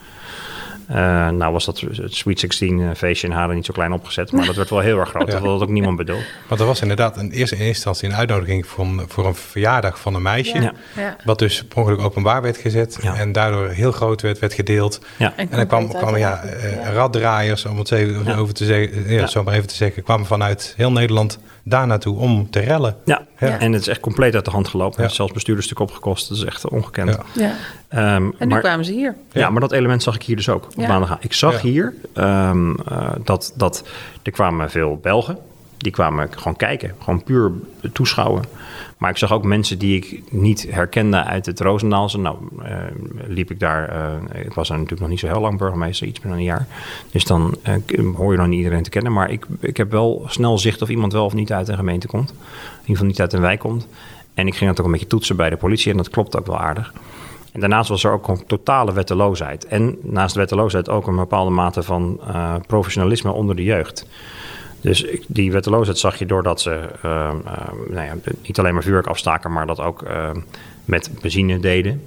Nou was dat het Sweet 16 feestje in Haren niet zo klein opgezet, maar dat werd wel heel erg groot. Dat had ook niemand bedoeld. Want er was inderdaad in eerste instantie een uitnodiging voor een verjaardag van een meisje. Ja. Wat dus per ongeluk openbaar werd gezet en daardoor heel groot werd gedeeld. Ja. En dan kwamen raddraaiers, om het even over te zeggen, zo maar even te zeggen, kwamen vanuit heel Nederland daar naartoe om te rellen. Ja. En het is echt compleet uit de hand gelopen. Het heeft zelfs bestuurderstuk opgekost. Dat is echt ongekend. Ja. En nu kwamen ze hier. Ja, maar dat element zag ik hier dus ook op maandag. Ik zag hier dat er kwamen veel Belgen. Die kwamen gewoon kijken, gewoon puur toeschouwen. Maar ik zag ook mensen die ik niet herkende uit het Roosendaalse. Nou, liep ik daar, ik was daar natuurlijk nog niet zo heel lang burgemeester, iets meer dan een jaar. Dus dan hoor je nog niet iedereen te kennen. Maar ik heb wel snel zicht of iemand wel of niet uit een gemeente komt. In ieder geval niet uit een wijk komt. En ik ging dat ook een beetje toetsen bij de politie en dat klopt ook wel aardig. En daarnaast was er ook een totale wetteloosheid. En naast de wetteloosheid ook een bepaalde mate van professionalisme onder de jeugd. Dus die wetteloosheid zag je doordat ze niet alleen maar vuurwerk afstaken, maar dat ook met benzine deden.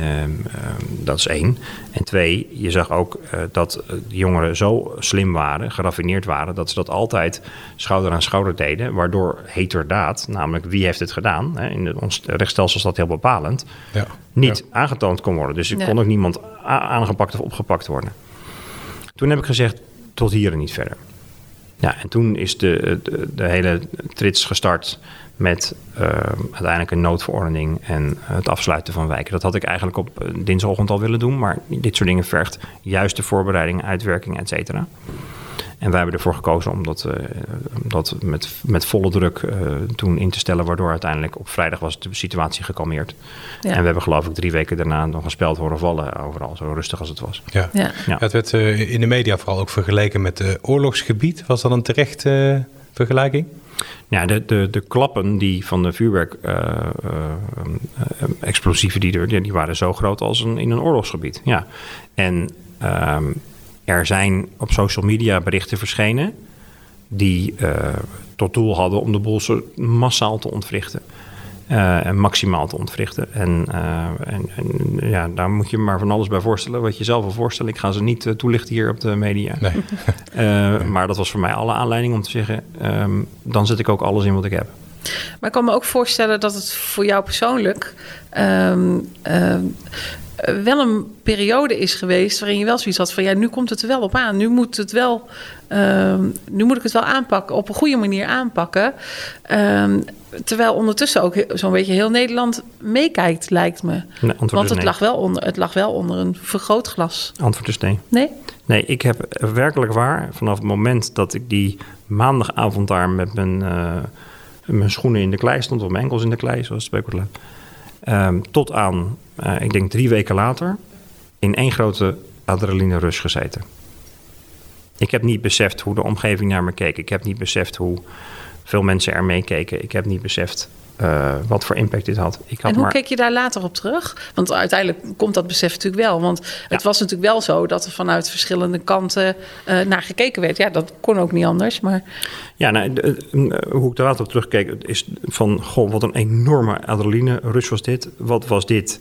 Dat is 1. En 2, je zag ook dat de jongeren zo slim waren, geraffineerd waren, dat ze dat altijd schouder aan schouder deden, waardoor heterdaad, namelijk wie heeft het gedaan, in ons rechtsstelsel is dat heel bepalend, niet aangetoond kon worden. Dus er kon ook niemand aangepakt of opgepakt worden. Toen heb ik gezegd, tot hier en niet verder. Ja, en toen is de hele trits gestart met uiteindelijk een noodverordening en het afsluiten van wijken. Dat had ik eigenlijk op dinsdagochtend al willen doen, maar dit soort dingen vergt juist de voorbereiding, uitwerking, et cetera. En wij hebben ervoor gekozen om dat met volle druk toen in te stellen, waardoor uiteindelijk op vrijdag was de situatie gekalmeerd. Ja. En we hebben geloof ik 3 weken daarna nog een speld horen vallen overal, zo rustig als het was. Ja. Het werd in de media vooral ook vergeleken met oorlogsgebied. Was dat een terechte vergelijking? Ja, de klappen die van de vuurwerk explosieven die waren zo groot als in een oorlogsgebied. Ja. En er zijn op social media berichten verschenen die tot doel hadden om de boel massaal te ontwrichten. En maximaal te ontwrichten. En daar moet je maar van alles bij voorstellen. Wat je zelf wil voorstellen. Ik ga ze niet toelichten hier op de media. Nee. Maar dat was voor mij alle aanleiding om te zeggen, dan zet ik ook alles in wat ik heb. Maar ik kan me ook voorstellen dat het voor jou persoonlijk wel een periode is geweest waarin je wel zoiets had van, ja, nu komt het er wel op aan. Nu moet ik het wel aanpakken, op een goede manier aanpakken. Terwijl ondertussen ook zo'n beetje heel Nederland meekijkt, lijkt me. Nee, want het lag wel onder een vergrootglas. Antwoord is nee. Nee? Nee, ik heb werkelijk waar, vanaf het moment dat ik die maandagavond daar met mijn schoenen in de klei stond, of mijn enkels in de klei, zoals het spreekwoord laat, tot aan, ik denk 3 weken later, in 1 grote adrenaline rush gezeten. Ik heb niet beseft hoe de omgeving naar me keek. Ik heb niet beseft hoe veel mensen er mee keken. Ik heb niet beseft wat voor impact dit had. En hoe keek je daar later op terug? Want uiteindelijk komt dat besef natuurlijk wel. Want het was natuurlijk wel zo dat er vanuit verschillende kanten naar gekeken werd. Ja, dat kon ook niet anders. Maar ja, hoe ik daar later op terugkeek is van, goh, wat een enorme adrenaline rush was dit. Wat was dit?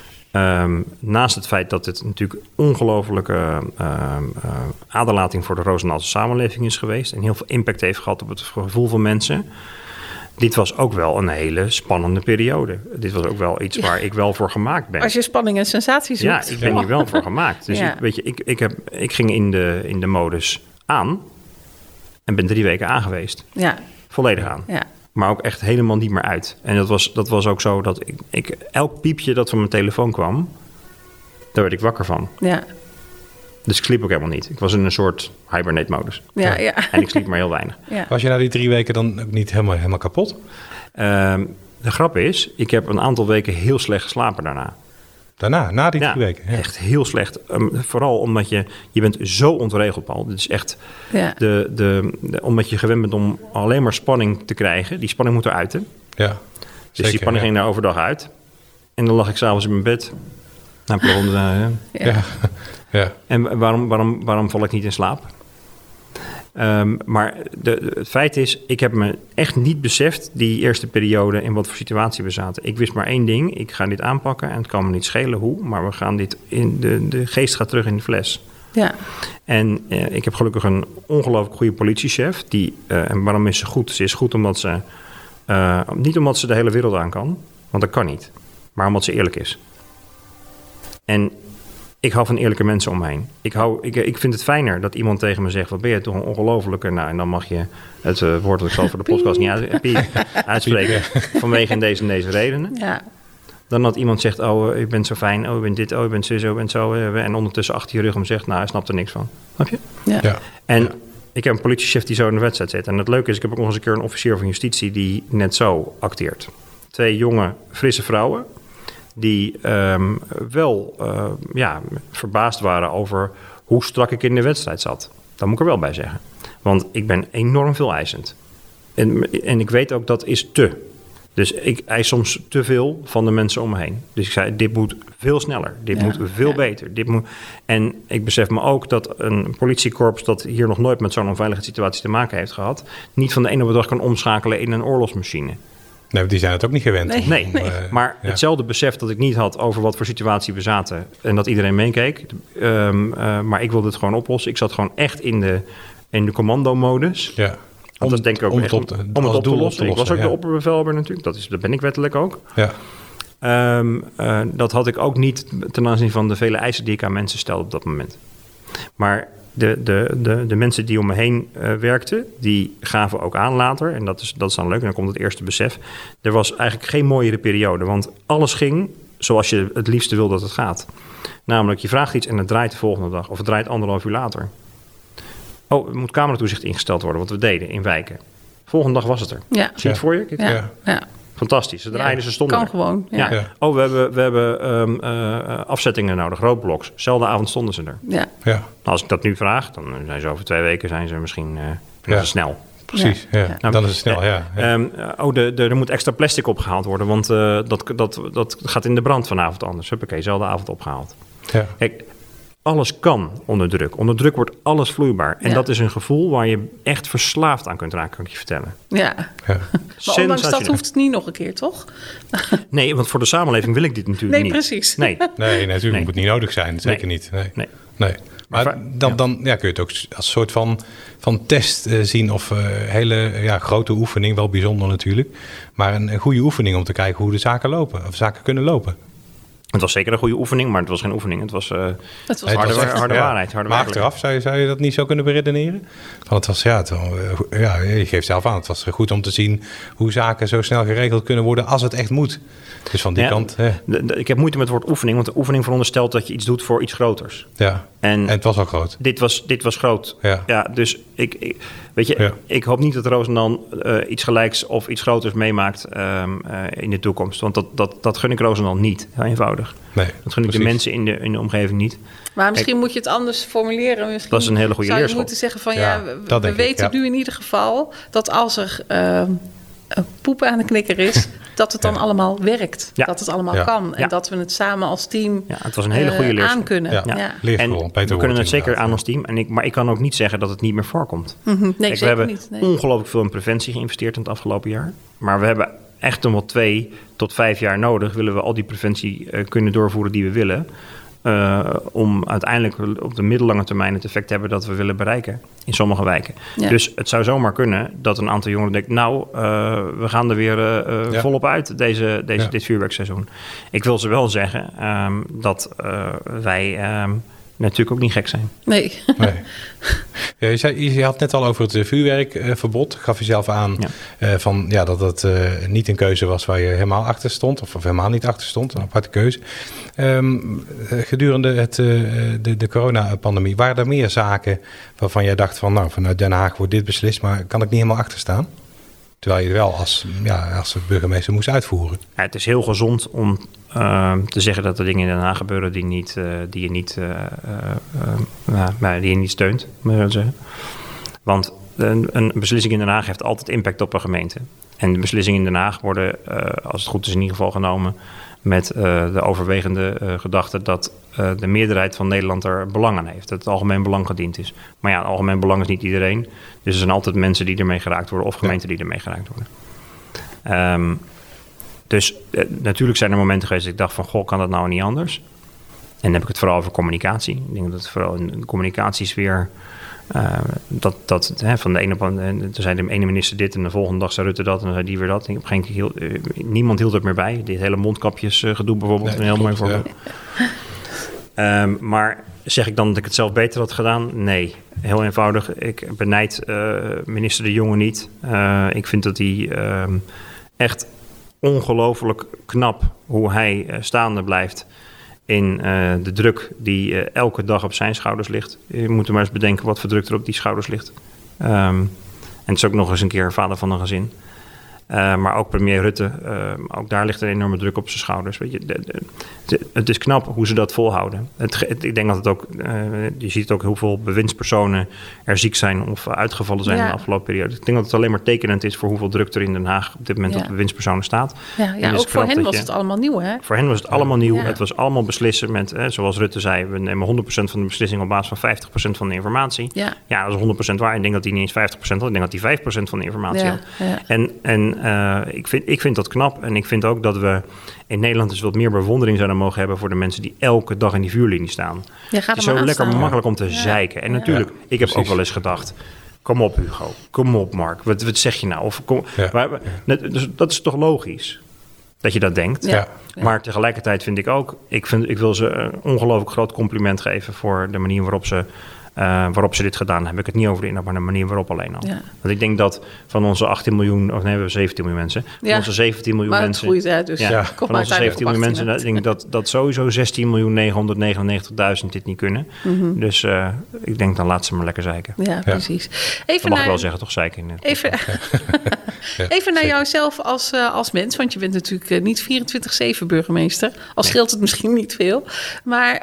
Naast het feit dat het natuurlijk ongelofelijke aderlating voor de Roosendaalse samenleving is geweest en heel veel impact heeft gehad op het gevoel van mensen. Dit was ook wel een hele spannende periode. Dit was ook wel iets waar ik wel voor gemaakt ben. Als je spanning en sensatie zoekt. Ja, ik ben hier wel voor gemaakt. Dus ik ging in de modus aan en ben 3 weken aan geweest. Ja. Volledig aan. Ja. Maar ook echt helemaal niet meer uit. En dat was ook zo dat ik elk piepje dat van mijn telefoon kwam, daar werd ik wakker van. Ja. Dus ik sliep ook helemaal niet. Ik was in een soort hibernate-modus. Ja. En ik sliep maar heel weinig. Ja. Was je na die 3 weken dan ook niet helemaal kapot? De grap is, ik heb een aantal weken heel slecht geslapen daarna. Daarna? Na die 3 weken? Ja, echt heel slecht. Vooral omdat je bent zo ontregeld, Paul. Dit is echt omdat je gewend bent om alleen maar spanning te krijgen. Die spanning moet eruit, hè? Ja. Dus zeker, die spanning ging daar overdag uit. En dan lag ik 's avonds in mijn bed. Ja. En waarom val ik niet in slaap? Maar het feit is, ik heb me echt niet beseft die eerste periode in wat voor situatie we zaten. Ik wist maar 1 ding, ik ga dit aanpakken en het kan me niet schelen hoe, maar we gaan dit de geest gaat terug in de fles. Ja. En ik heb gelukkig een ongelooflijk goede politiechef. En waarom is ze goed? Ze is goed omdat ze, niet omdat ze de hele wereld aan kan, want dat kan niet, maar omdat ze eerlijk is. En ik hou van eerlijke mensen om me heen. Ik vind het fijner dat iemand tegen me zegt, wat ben je toch een ongelofelijke. Nou, en dan mag je het woord dat ik zal voor de podcast niet uitspreken. Vanwege en deze redenen. Ja. Dan dat iemand zegt, oh, ik ben zo fijn. Oh, ik ben dit, oh, ik ben zo, ik ben zo. En ondertussen achter je rug hem zegt, nou, hij snapt er niks van. Snap je? Ja. En ik heb een politiechef die zo in de wedstrijd zit. En het leuke is, ik heb ook nog eens een keer een officier van justitie die net zo acteert. 2 jonge, frisse vrouwen die wel verbaasd waren over hoe strak ik in de wedstrijd zat. Dat moet ik er wel bij zeggen. Want ik ben enorm veel eisend. En ik weet ook dat is te. Dus ik eis soms te veel van de mensen om me heen. Dus ik zei, dit moet veel sneller. Dit moet veel beter. En ik besef me ook dat een politiekorps dat hier nog nooit met zo'n onveiligheidssituatie te maken heeft gehad, niet van de ene op de dag kan omschakelen in een oorlogsmachine. Nee, die zijn het ook niet gewend. Nee. Maar hetzelfde besef dat ik niet had over wat voor situatie we zaten en dat iedereen meekeek. Maar ik wilde het gewoon oplossen. Ik zat gewoon echt in de commando-modus. Ja. Want dat denk ik ook om het op te lossen. Ik was ook de opperbevelhebber natuurlijk. Dat ben ik wettelijk ook. Ja. Dat had ik ook niet ten aanzien van de vele eisen die ik aan mensen stelde op dat moment. Maar de mensen die om me heen werkten, die gaven ook aan later. En dat is dan leuk. En dan komt het eerste besef. Er was eigenlijk geen mooiere periode. Want alles ging zoals je het liefste wil dat het gaat. Namelijk, je vraagt iets en het draait de volgende dag. Of het draait 1,5 uur later. Oh, er moet cameratoezicht ingesteld worden, wat we deden in wijken. Volgende dag was het er. Ja. Zie je het voor je? Ja. Fantastisch. Ze draaiden, ze stonden kan er. Gewoon. Ja. Ja. Oh, we hebben afzettingen nodig, roadblocks. Zelfde avond stonden ze er. Ja. Nou, als ik dat nu vraag, dan zijn ze over 2 weken zijn ze misschien snel. Precies, Nou, dan is het snel, er moet extra plastic opgehaald worden, want dat gaat in de brand vanavond anders. Huppakee, zelfde avond opgehaald. Ja. Kijk, alles kan onder druk. Onder druk wordt alles vloeibaar. En dat is een gevoel waar je echt verslaafd aan kunt raken, kan ik je vertellen. Ja. Maar ondanks dat hoeft het niet nog een keer, toch? Nee, want voor de samenleving wil ik dit natuurlijk niet. Precies. Nee, natuurlijk moet het niet nodig zijn. Zeker niet. Nee. Maar dan kun je het ook als soort van test zien of hele grote oefening, wel bijzonder natuurlijk. Maar een goede oefening om te kijken hoe de zaken lopen of zaken kunnen lopen. Het was zeker een goede oefening, maar het was geen oefening. Het was harde waarheid. Maar achteraf zou je dat niet zo kunnen beredeneren? Want het was, je geeft zelf aan, het was goed om te zien hoe zaken zo snel geregeld kunnen worden als het echt moet. Dus van die kant... Ik heb moeite met het woord oefening, want de oefening veronderstelt dat je iets doet voor iets groters. Ja, en het was al groot. Dit was groot. Ja, dus ik hoop niet dat Roosendaal iets gelijks of iets groters meemaakt in de toekomst. Want dat gun ik Roosendaal niet, heel eenvoudig. Nee, dat gun ik de mensen in de omgeving niet. Maar misschien moet je het anders formuleren. Misschien dat is een hele goede leerschap. Zou je moeten zeggen van we weten nu in ieder geval dat als er poep aan de knikker is, dat het dan allemaal werkt. Ja. Dat het allemaal kan. En dat we het samen als team het was een hele goede leerschap. aankunnen. En we kunnen het zeker aan als team. Maar ik kan ook niet zeggen dat het niet meer voorkomt. Mm-hmm. Nee, we hebben ongelooflijk veel in preventie geïnvesteerd in het afgelopen jaar. Maar we hebben echt nog wel 2 tot 5 jaar nodig. Willen we al die preventie kunnen doorvoeren die we willen. Om uiteindelijk op de middellange termijn het effect te hebben dat we willen bereiken in sommige wijken. Ja. Dus het zou zomaar kunnen dat een aantal jongeren denkt, we gaan er weer volop uit dit vuurwerkseizoen. Ik wil ze wel zeggen dat wij natuurlijk ook niet gek zijn. Nee. Ja, je had net al over het vuurwerkverbod. Gaf je zelf aan dat het niet een keuze was waar je helemaal achter stond. Of helemaal niet achter stond. Een aparte keuze. Gedurende de coronapandemie, waren er meer zaken waarvan jij dacht van vanuit Den Haag wordt dit beslist, maar kan ik niet helemaal achter staan? Terwijl je wel als burgemeester moest uitvoeren. Ja, het is heel gezond om te zeggen dat er dingen in Den Haag gebeuren die je niet steunt, moet ik zeggen. Want een beslissing in Den Haag heeft altijd impact op een gemeente. En de beslissingen in Den Haag worden, als het goed is, in ieder geval genomen met de overwegende gedachte dat de meerderheid van Nederland er belang aan heeft. Dat het algemeen belang gediend is. Maar het algemeen belang is niet iedereen. Dus er zijn altijd mensen die ermee geraakt worden of gemeenten die ermee geraakt worden. Dus natuurlijk zijn er momenten geweest dat ik dacht van, kan dat nou niet anders? En dan heb ik het vooral over communicatie. Ik denk dat het vooral in de communicatiesfeer van de ene toen zei de ene minister dit en de volgende dag zei Rutte dat en dan zei die weer dat. Niemand hield het meer bij. Dit hele mondkapjesgedoe bijvoorbeeld, een heel mooi voorbeeld. Maar zeg ik dan dat ik het zelf beter had gedaan? Nee, heel eenvoudig. Ik benijd minister De Jonge niet. Ik vind dat hij echt ongelooflijk knap hoe hij staande blijft in de druk die elke dag op zijn schouders ligt. Je moet er maar eens bedenken wat voor druk er op die schouders ligt. En het is ook nog eens een keer vader van een gezin. Maar ook premier Rutte, ook daar ligt een enorme druk op zijn schouders. Weet je, het is knap hoe ze dat volhouden. Ik denk dat het ook, je ziet ook hoeveel bewindspersonen er ziek zijn of uitgevallen zijn in de afgelopen periode. Ik denk dat het alleen maar tekenend is voor hoeveel druk er in Den Haag op dit moment op bewindspersonen staat. Ja, ook voor hen was het allemaal nieuw, hè? Voor hen was het allemaal nieuw. Ja. Het was allemaal beslissen met, zoals Rutte zei, we nemen 100% van de beslissing op basis van 50% van de informatie. Ja, dat is 100% waar. Ik denk dat hij niet eens 50% had. Ik denk dat hij 5% van de informatie had. Ja. En ik vind dat knap. En ik vind ook dat we in Nederland dus wat meer bewondering zouden mogen hebben voor de mensen die elke dag in die vuurlinie staan. Het is zo lekker makkelijk om te zeiken. En natuurlijk, ik heb ook wel eens gedacht, kom op Hugo, kom op Mark, wat zeg je nou? Of dus dat is toch logisch dat je dat denkt. Ja. Maar tegelijkertijd vind ik ook, ik wil ze een ongelooflijk groot compliment geven voor de manier waarop ze dit gedaan hebben. Heb ik het niet over de inhoud, maar de manier waarop alleen al. Ja. Want ik denk dat van onze 18 miljoen, of nee, we hebben 17 miljoen mensen. Van onze 17 miljoen mensen. Maar het groeit uit, dus van onze 17 miljoen mensen, ik denk dat sowieso 16.999.000 dit niet kunnen. Mm-hmm. Dus ik denk dan laat ze maar lekker zeiken. Ja, precies. Dat mag ik wel zeggen, toch zeiken? Even naar jouzelf als mens, want je bent natuurlijk niet 24/7 burgemeester. Al scheelt het misschien niet veel. Maar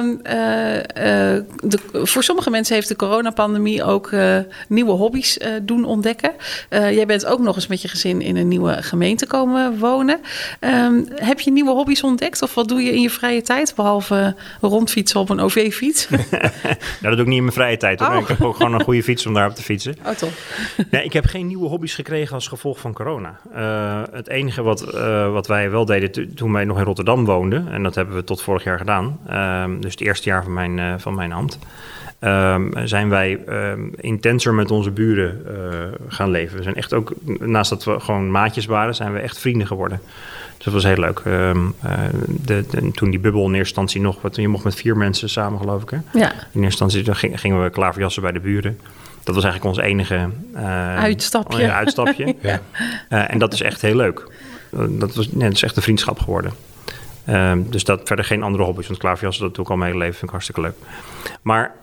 voor sommige mensen heeft de coronapandemie ook nieuwe hobby's doen ontdekken. Jij bent ook nog eens met je gezin in een nieuwe gemeente komen wonen. Heb je nieuwe hobby's ontdekt? Of wat doe je in je vrije tijd? Behalve rondfietsen op een OV-fiets? Nou, dat doe ik niet in mijn vrije tijd. Hoor. Ik heb ook gewoon een goede fiets om daarop te fietsen. Oh, toch? Nee, ik heb geen nieuwe hobby's gekregen als gevolg van corona. Het enige wat wij wel deden toen wij nog in Rotterdam woonden, en dat hebben we tot vorig jaar gedaan, dus het eerste jaar van mijn ambt, zijn wij intenser met onze buren gaan leven. We zijn echt ook, naast dat we gewoon maatjes waren, zijn we echt vrienden geworden. Dus dat was heel leuk. Toen die bubbel in eerste instantie nog, je mocht met 4 mensen samen, geloof ik. Hè? Ja. In eerste instantie gingen we klaverjassen bij de buren. Dat was eigenlijk ons enige uitstapje. Ja. En dat is echt heel leuk. Dat is echt een vriendschap geworden. Dus dat verder geen andere hobby's. Want klaverjassen, dat doe ik al mijn hele leven, vind ik hartstikke leuk. Maar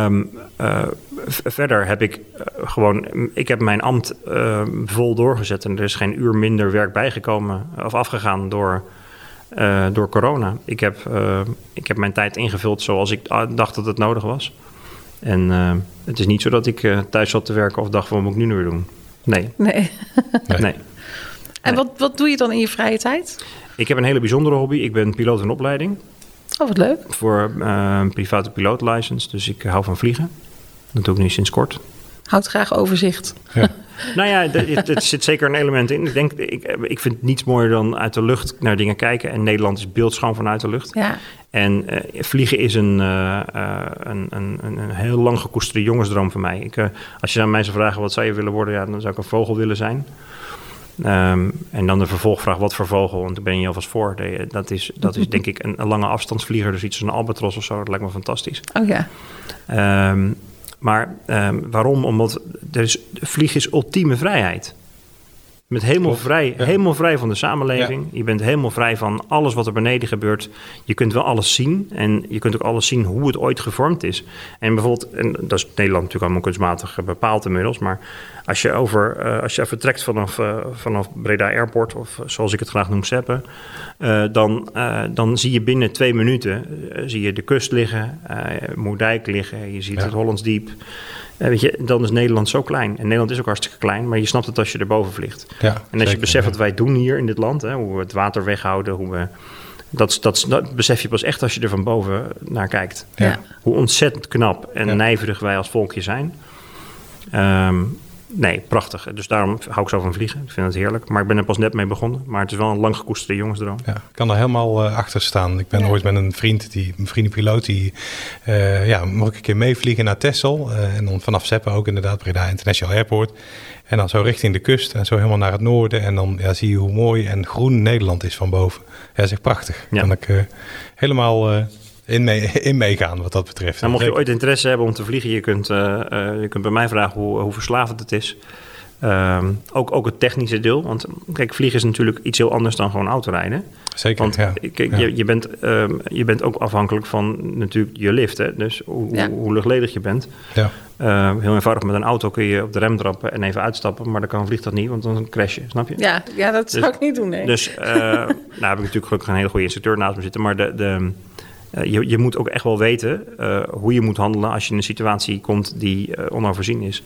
verder heb ik ik heb mijn ambt vol doorgezet. En er is geen uur minder werk bijgekomen of afgegaan door corona. Ik heb mijn tijd ingevuld zoals ik dacht dat het nodig was. En het is niet zo dat ik thuis zat te werken of dacht, wat moet ik nu weer doen? Nee. En wat doe je dan in je vrije tijd? Ik heb een hele bijzondere hobby. Ik ben piloot in opleiding. Oh, wat leuk. Voor een private pilootlicense. Dus ik hou van vliegen. Dat doe ik nu sinds kort. Houdt graag overzicht. Ja. Nou ja, er zit zeker een element in. Ik vind niets mooier dan uit de lucht naar dingen kijken. En Nederland is beeldschoon vanuit de lucht. Ja. En vliegen is een heel lang gekoesterde jongensdroom voor mij. Als je aan mij zou vragen, wat zou je willen worden? Ja, dan zou ik een vogel willen zijn. En dan de vervolgvraag, wat voor vogel? Want daar ben je alvast voor. Dat is denk ik een lange afstandsvlieger. Dus iets als een albatros of zo. Dat lijkt me fantastisch. Oh ja. Maar waarom? Omdat vliegen is ultieme vrijheid. Je bent helemaal vrij van de samenleving. Ja. Je bent helemaal vrij van alles wat er beneden gebeurt. Je kunt wel alles zien. En je kunt ook alles zien hoe het ooit gevormd is. En bijvoorbeeld, en dat is Nederland natuurlijk allemaal kunstmatig bepaald inmiddels. Maar als je vertrekt vanaf Breda Airport, of zoals ik het graag noem, Seppen, dan zie je binnen 2 minuten zie je de kust liggen, Moerdijk liggen, je ziet het Hollands Diep. Weet je, dan is Nederland zo klein. En Nederland is ook hartstikke klein, maar je snapt het als je erboven vliegt. Ja, en als je beseft wat wij doen hier in dit land, hoe we het water weghouden, dat besef je pas echt als je er van boven naar kijkt. Ja. Hoe ontzettend knap en nijverig wij als volkje zijn. Nee, prachtig. Dus daarom hou ik zo van vliegen. Ik vind het heerlijk. Maar ik ben er pas net mee begonnen. Maar het is wel een lang gekoesterde jongensdroom. Ja, ik kan er helemaal achter staan. Ik ben ooit met een vriendenpiloot die mocht ik een keer meevliegen naar Texel. En dan vanaf Seppen ook inderdaad, Breda International Airport. En dan zo richting de kust en zo helemaal naar het noorden. En dan zie je hoe mooi en groen Nederland is van boven. Ja, dat is echt prachtig. Ja. Kan ik helemaal in meegaan wat dat betreft. Nou, mocht je ooit interesse hebben om te vliegen, je kunt bij mij vragen hoe verslavend het is. Ook het technische deel. Want kijk, vliegen is natuurlijk iets heel anders dan gewoon autorijden. Zeker, want je bent ook afhankelijk van natuurlijk je lift. Hè? Dus hoe luchtledig je bent. Ja. Heel eenvoudig, met een auto kun je op de rem trappen en even uitstappen. Maar dan kan een vliegtuig niet, want dan crash je, snap je? Ja, dat zou ik niet doen, nee. Dus nou heb ik natuurlijk gelukkig een hele goede instructeur naast me zitten. Maar je moet ook echt wel weten hoe je moet handelen als je in een situatie komt die onvoorzien is.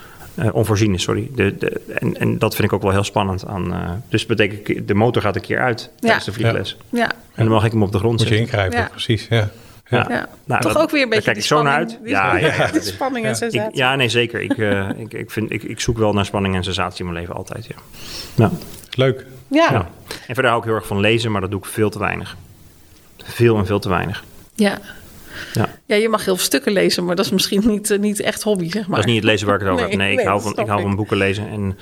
En dat vind ik ook wel heel spannend aan. Dus betekent, de motor gaat een keer uit tijdens de vliegles. Ja. En dan mag ik hem op de grond zetten. Moet je ingrijpen, precies. Ja. Nou, toch ook weer een beetje die spanning. Uit. Die spanning en sensatie. Nee, zeker. Ik zoek wel naar spanning en sensatie in mijn leven altijd. Ja. Leuk. Ja. En verder hou ik heel erg van lezen, maar dat doe ik veel te weinig. Veel te weinig. Ja. Ja, je mag heel veel stukken lezen, maar dat is misschien niet echt hobby, zeg maar. Dat is niet het lezen waar ik het over heb. Nee, ik hou van boeken lezen. En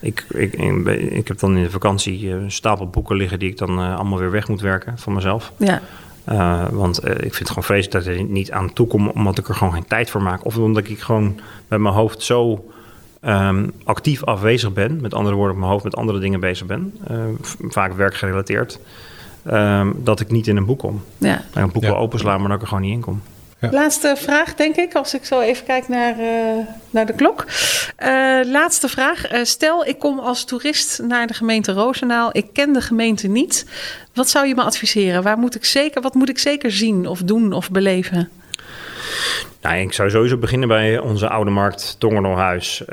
ik heb dan in de vakantie een stapel boeken liggen die ik dan allemaal weer weg moet werken van mezelf. Ja. Want ik vind het gewoon vreselijk dat ik er niet aan toe kom, omdat ik er gewoon geen tijd voor maak. Of omdat ik gewoon met mijn hoofd zo actief afwezig ben. Met andere woorden, mijn hoofd met andere dingen bezig ben. Vaak werkgerelateerd. Dat ik niet in een boek kom. Ja. Een boek wil openslaan, maar dat ik er gewoon niet in kom. Ja. Laatste vraag, denk ik, als ik zo even kijk naar de klok. Laatste vraag. Stel, ik kom als toerist naar de gemeente Roosendaal. Ik ken de gemeente niet. Wat zou je me adviseren? Wat moet ik zeker zien of doen of beleven? Nou, ik zou sowieso beginnen bij onze Oude Markt, Tongernohuis.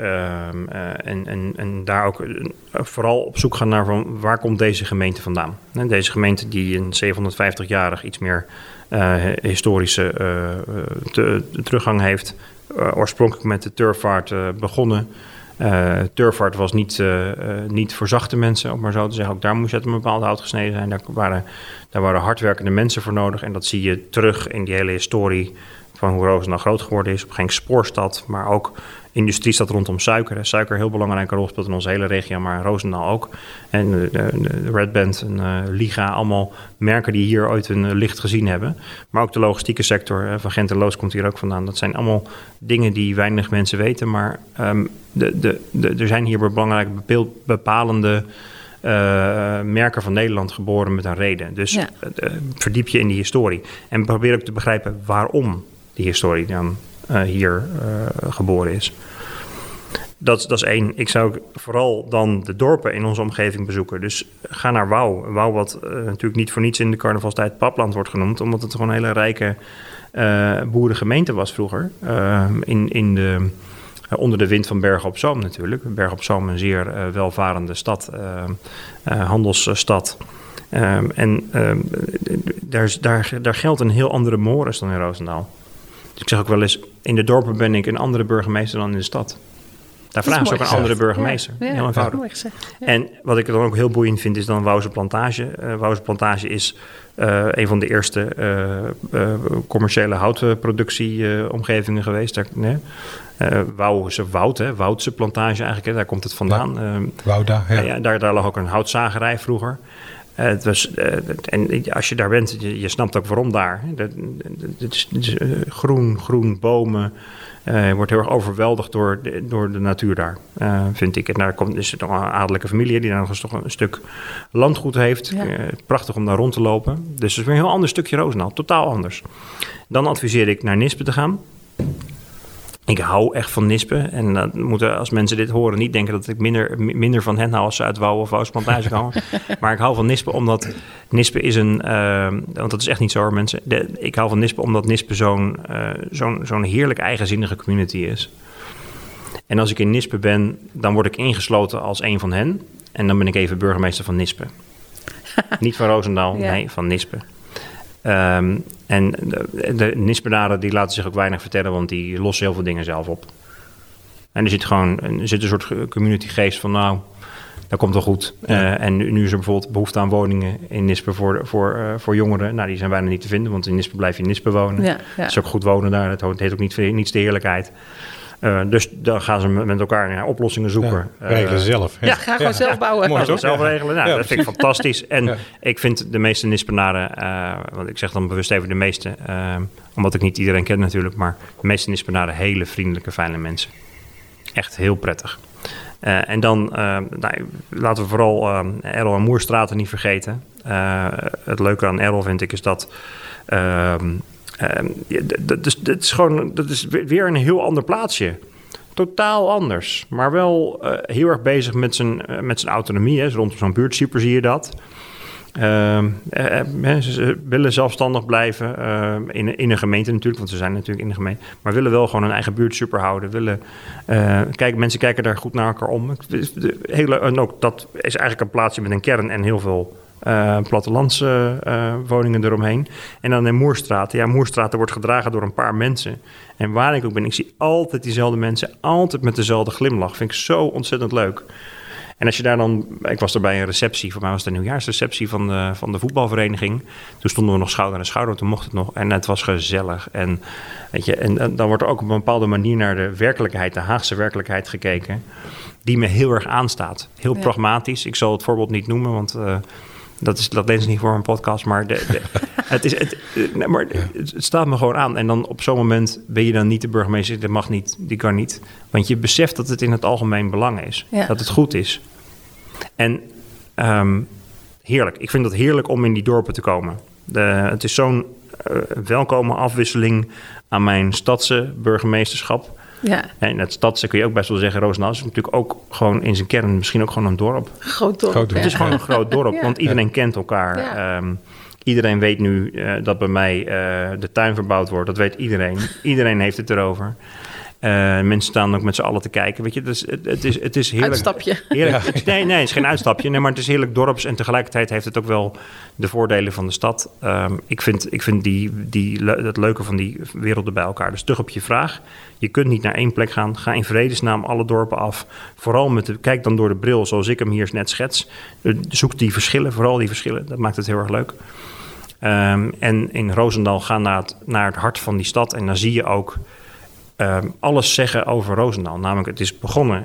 En daar ook vooral op zoek gaan naar van waar komt deze gemeente vandaan. En deze gemeente die een 750-jarig iets meer historische teruggang heeft. Oorspronkelijk met de turfvaart begonnen. Turfvaart was niet voor zachte mensen, om maar zo te zeggen. Ook daar moest uit een bepaalde hout gesneden zijn. Daar waren hardwerkende mensen voor nodig. En dat zie je terug in die hele historie van hoe Roosendaal groot geworden is. Geen spoorstad, maar ook industriestad rondom suiker. Suiker een heel belangrijke rol speelt in onze hele regio, maar Roosendaal ook. En de Red Band en Liga, allemaal merken die hier ooit een licht gezien hebben. Maar ook de logistieke sector van Gent en Loos komt hier ook vandaan. Dat zijn allemaal dingen die weinig mensen weten, maar er zijn hier belangrijke bepalende merken van Nederland geboren met een reden. Dus verdiep je in die historie. En probeer ook te begrijpen waarom die historie dan hier geboren is. Dat is één. Ik zou vooral dan de dorpen in onze omgeving bezoeken. Dus ga naar Wouw. Wouw, wat natuurlijk niet voor niets in de carnavalstijd Papland wordt genoemd, omdat het gewoon een hele rijke boerengemeente was vroeger. Onder de wind van Bergen op Zoom natuurlijk. Bergen op Zoom een zeer welvarende stad, handelsstad. Daar geldt een heel andere mores dan in Roosendaal. Dus ik zeg ook wel eens, in de dorpen ben ik een andere burgemeester dan in de stad. Daar vragen ze ook een andere burgemeester. Ja, heel eenvoudig. Mooi gezegd. Ja. En wat ik dan ook heel boeiend vind, is dan Wouwse Plantage. Wouwse Plantage is een van de eerste commerciële houtproductieomgevingen geweest. Wouwse Woud, Woudse Plantage eigenlijk, daar komt het vandaan. Wouda, ja. Daar lag ook een houtzagerij vroeger. En als je daar bent, je snapt ook waarom daar. Het is groen, bomen. Je wordt heel erg overweldigd door de natuur daar, vind ik. En daar is nog een adellijke familie die daar nog eens toch een stuk landgoed heeft. Ja. Prachtig om daar rond te lopen. Dus het is weer een heel ander stukje Roosendaal, totaal anders. Dan adviseer ik naar Nispe te gaan. Ik hou echt van Nispe. En dat moeten, als mensen dit horen, niet denken dat ik minder van hen hou als ze uit Wouw of Wouwse Plantage komen. Maar ik hou van Nispe omdat Nispe is want dat is echt niet zo hoor mensen. Ik hou van Nispe omdat Nispe zo'n heerlijk eigenzinnige community is. En als ik in Nispe ben, dan word ik ingesloten als een van hen. En dan ben ik even burgemeester van Nispe. Niet van Roosendaal, nee, van Nispe. En de Nispenaren die laten zich ook weinig vertellen, want die lossen heel veel dingen zelf op. En er zit een soort communitygeest van, nou, dat komt wel goed. Ja. En nu is er bijvoorbeeld behoefte aan woningen in Nispe voor jongeren. Nou, die zijn bijna niet te vinden, want in Nispe blijf je in Nispe wonen. Ja, ja. Het is ook goed wonen daar, het heet ook niets de heerlijkheid. Dus dan gaan ze met elkaar naar oplossingen zoeken. Regelen zelf. Ja, ga gewoon zelf bouwen. Mooi, toch? Zelf regelen. Nou, dat vind ik fantastisch. En ik vind de meeste Nispenaren, want ik zeg dan bewust even de meeste, omdat ik niet iedereen ken natuurlijk, maar de meeste Nispenaren hele vriendelijke, fijne mensen. Echt heel prettig. En dan laten we vooral Errol en Moerstraten niet vergeten. Het leuke aan Errol vind ik is dat... dat is weer een heel ander plaatsje. Totaal anders. Maar wel heel erg bezig met zijn autonomie. Hè. Rondom zo'n buurtsuper zie je dat. Ze willen zelfstandig blijven. In een gemeente natuurlijk, want ze zijn natuurlijk in de gemeente. Maar willen wel gewoon een eigen buurtsuper houden. Mensen kijken daar goed naar elkaar om. En ook dat is eigenlijk een plaatsje met een kern en heel veel... plattelandswoningen eromheen. En dan in Moerstraat. Ja, Moerstraat wordt gedragen door een paar mensen. En waar ik ook ben, ik zie altijd diezelfde mensen, altijd met dezelfde glimlach. Vind ik zo ontzettend leuk. En als je daar dan... Ik was er bij een receptie, voor mij was het een nieuwjaarsreceptie van de voetbalvereniging. Toen stonden we nog schouder aan schouder, toen mocht het nog. En het was gezellig. En, weet je, en dan wordt er ook op een bepaalde manier naar de werkelijkheid, de Haagse werkelijkheid gekeken, die me heel erg aanstaat. Heel pragmatisch. Ik zal het voorbeeld niet noemen, want... Dat leent niet voor een podcast, maar het staat me gewoon aan. En dan op zo'n moment ben je dan niet de burgemeester, dat mag niet, die kan niet. Want je beseft dat het in het algemeen belang is, dat het goed is. En heerlijk, ik vind het heerlijk om in die dorpen te komen. Het is zo'n welkome afwisseling aan mijn stadse burgemeesterschap. Ja. En het stadse kun je ook best wel zeggen, Roosendaal is natuurlijk ook gewoon in zijn kern misschien ook gewoon een dorp. Groot dorp. Het is gewoon een groot dorp, want iedereen kent elkaar. Ja. Iedereen weet nu dat bij mij de tuin verbouwd wordt. Dat weet iedereen. Iedereen heeft het erover. Mensen staan ook met z'n allen te kijken. Weet je, dus het is heerlijk. Uitstapje. Heerlijk. Nee, het is geen uitstapje. Nee, maar het is heerlijk dorps. En tegelijkertijd heeft het ook wel de voordelen van de stad. Ik vind het leuke van die werelden bij elkaar. Dus terug op je vraag. Je kunt niet naar één plek gaan. Ga in vredesnaam alle dorpen af. Vooral kijk dan door de bril zoals ik hem hier net schets. Zoek die verschillen, vooral die verschillen. Dat maakt het heel erg leuk. En in Roosendaal ga naar het hart van die stad. En dan zie je ook alles zeggen over Roosendaal. Namelijk, het is begonnen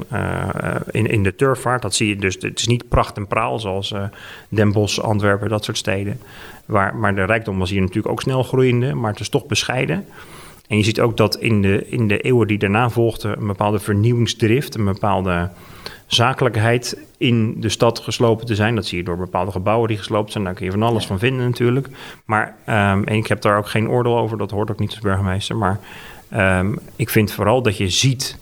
in de turfvaart. Dat zie je dus. Het is niet pracht en praal zoals Den Bosch, Antwerpen, dat soort steden. Maar de rijkdom was hier natuurlijk ook snel groeiende. Maar het is toch bescheiden. En je ziet ook dat in de eeuwen die daarna volgden een bepaalde vernieuwingsdrift, een bepaalde zakelijkheid in de stad geslopen te zijn. Dat zie je door bepaalde gebouwen die gesloopt zijn. Daar kun je van alles van vinden natuurlijk. Maar en ik heb daar ook geen oordeel over. Dat hoort ook niet als burgemeester. Maar ik vind vooral dat je ziet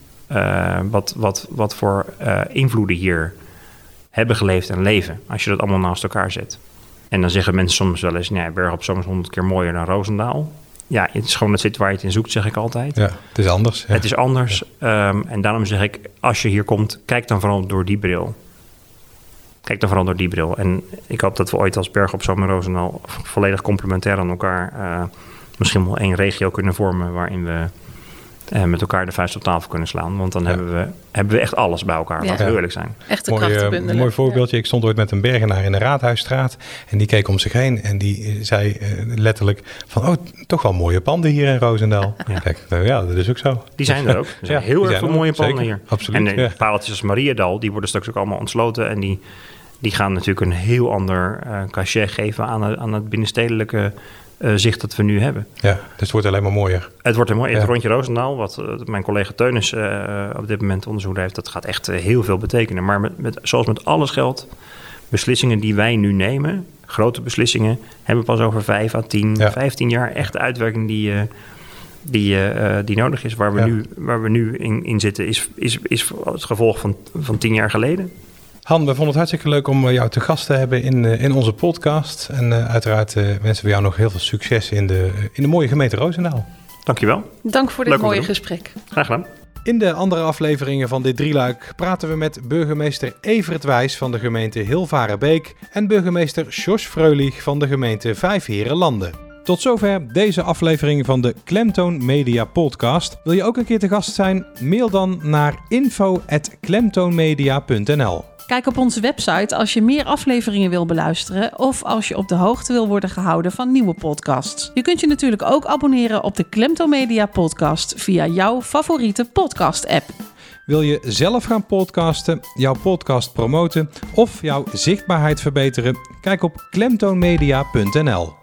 wat voor invloeden hier hebben geleefd en leven. Als je dat allemaal naast elkaar zet. En dan zeggen mensen soms wel eens, Bergen op Zoom is 100 keer mooier dan Roosendaal. Ja, het is gewoon het zit waar je het in zoekt, zeg ik altijd. Ja, het is anders. Ja. Het is anders. Ja. En daarom zeg ik, als je hier komt, kijk dan vooral door die bril. En ik hoop dat we ooit als Bergen op Zoom en Roosendaal volledig complementair aan elkaar misschien wel één regio kunnen vormen waarin we met elkaar de vuist op tafel kunnen slaan. Want dan hebben we echt alles bij elkaar. Laten we eerlijk zijn. Echt een krachten bundelen. Een mooi voorbeeldje. Ik stond ooit met een Bergenaar in de Raadhuisstraat. En die keek om zich heen. En die zei letterlijk van, toch wel mooie panden hier in Roosendaal. Ja. Kijk, dat is ook zo. Die zijn er ook. Er zijn heel erg veel mooie panden hier. Absoluut. En paaltjes als Mariadal, die worden straks ook allemaal ontsloten. En die gaan natuurlijk een heel ander cachet geven aan het binnenstedelijke zicht dat we nu hebben. Ja, dus het wordt alleen maar mooier. Het wordt mooi. Het rondje Roosendaal, wat mijn collega Teunis op dit moment onderzocht heeft, dat gaat echt heel veel betekenen. Maar zoals met alles geldt, beslissingen die wij nu nemen, grote beslissingen, hebben pas over 5 à 10, 15 jaar echt de uitwerking die nodig is. Waar we nu in zitten, is het gevolg van 10 jaar geleden. Han, we vonden het hartstikke leuk om jou te gast te hebben in onze podcast. En uiteraard wensen we jou nog heel veel succes in de mooie gemeente Roosendaal. Dankjewel. Dank voor dit mooie gesprek. Graag gedaan. In de andere afleveringen van dit drieluik praten we met burgemeester Evert Wijs van de gemeente Hilvarenbeek en burgemeester Jos Freulich van de gemeente Vijfheerenlanden. Tot zover deze aflevering van de Klemtoon Media Podcast. Wil je ook een keer te gast zijn? Mail dan naar info@klemtoonmedia.nl. Kijk op onze website als je meer afleveringen wil beluisteren of als je op de hoogte wil worden gehouden van nieuwe podcasts. Je kunt je natuurlijk ook abonneren op de Klemtoon Media Podcast via jouw favoriete podcast-app. Wil je zelf gaan podcasten, jouw podcast promoten of jouw zichtbaarheid verbeteren? Kijk op klemtoonmedia.nl.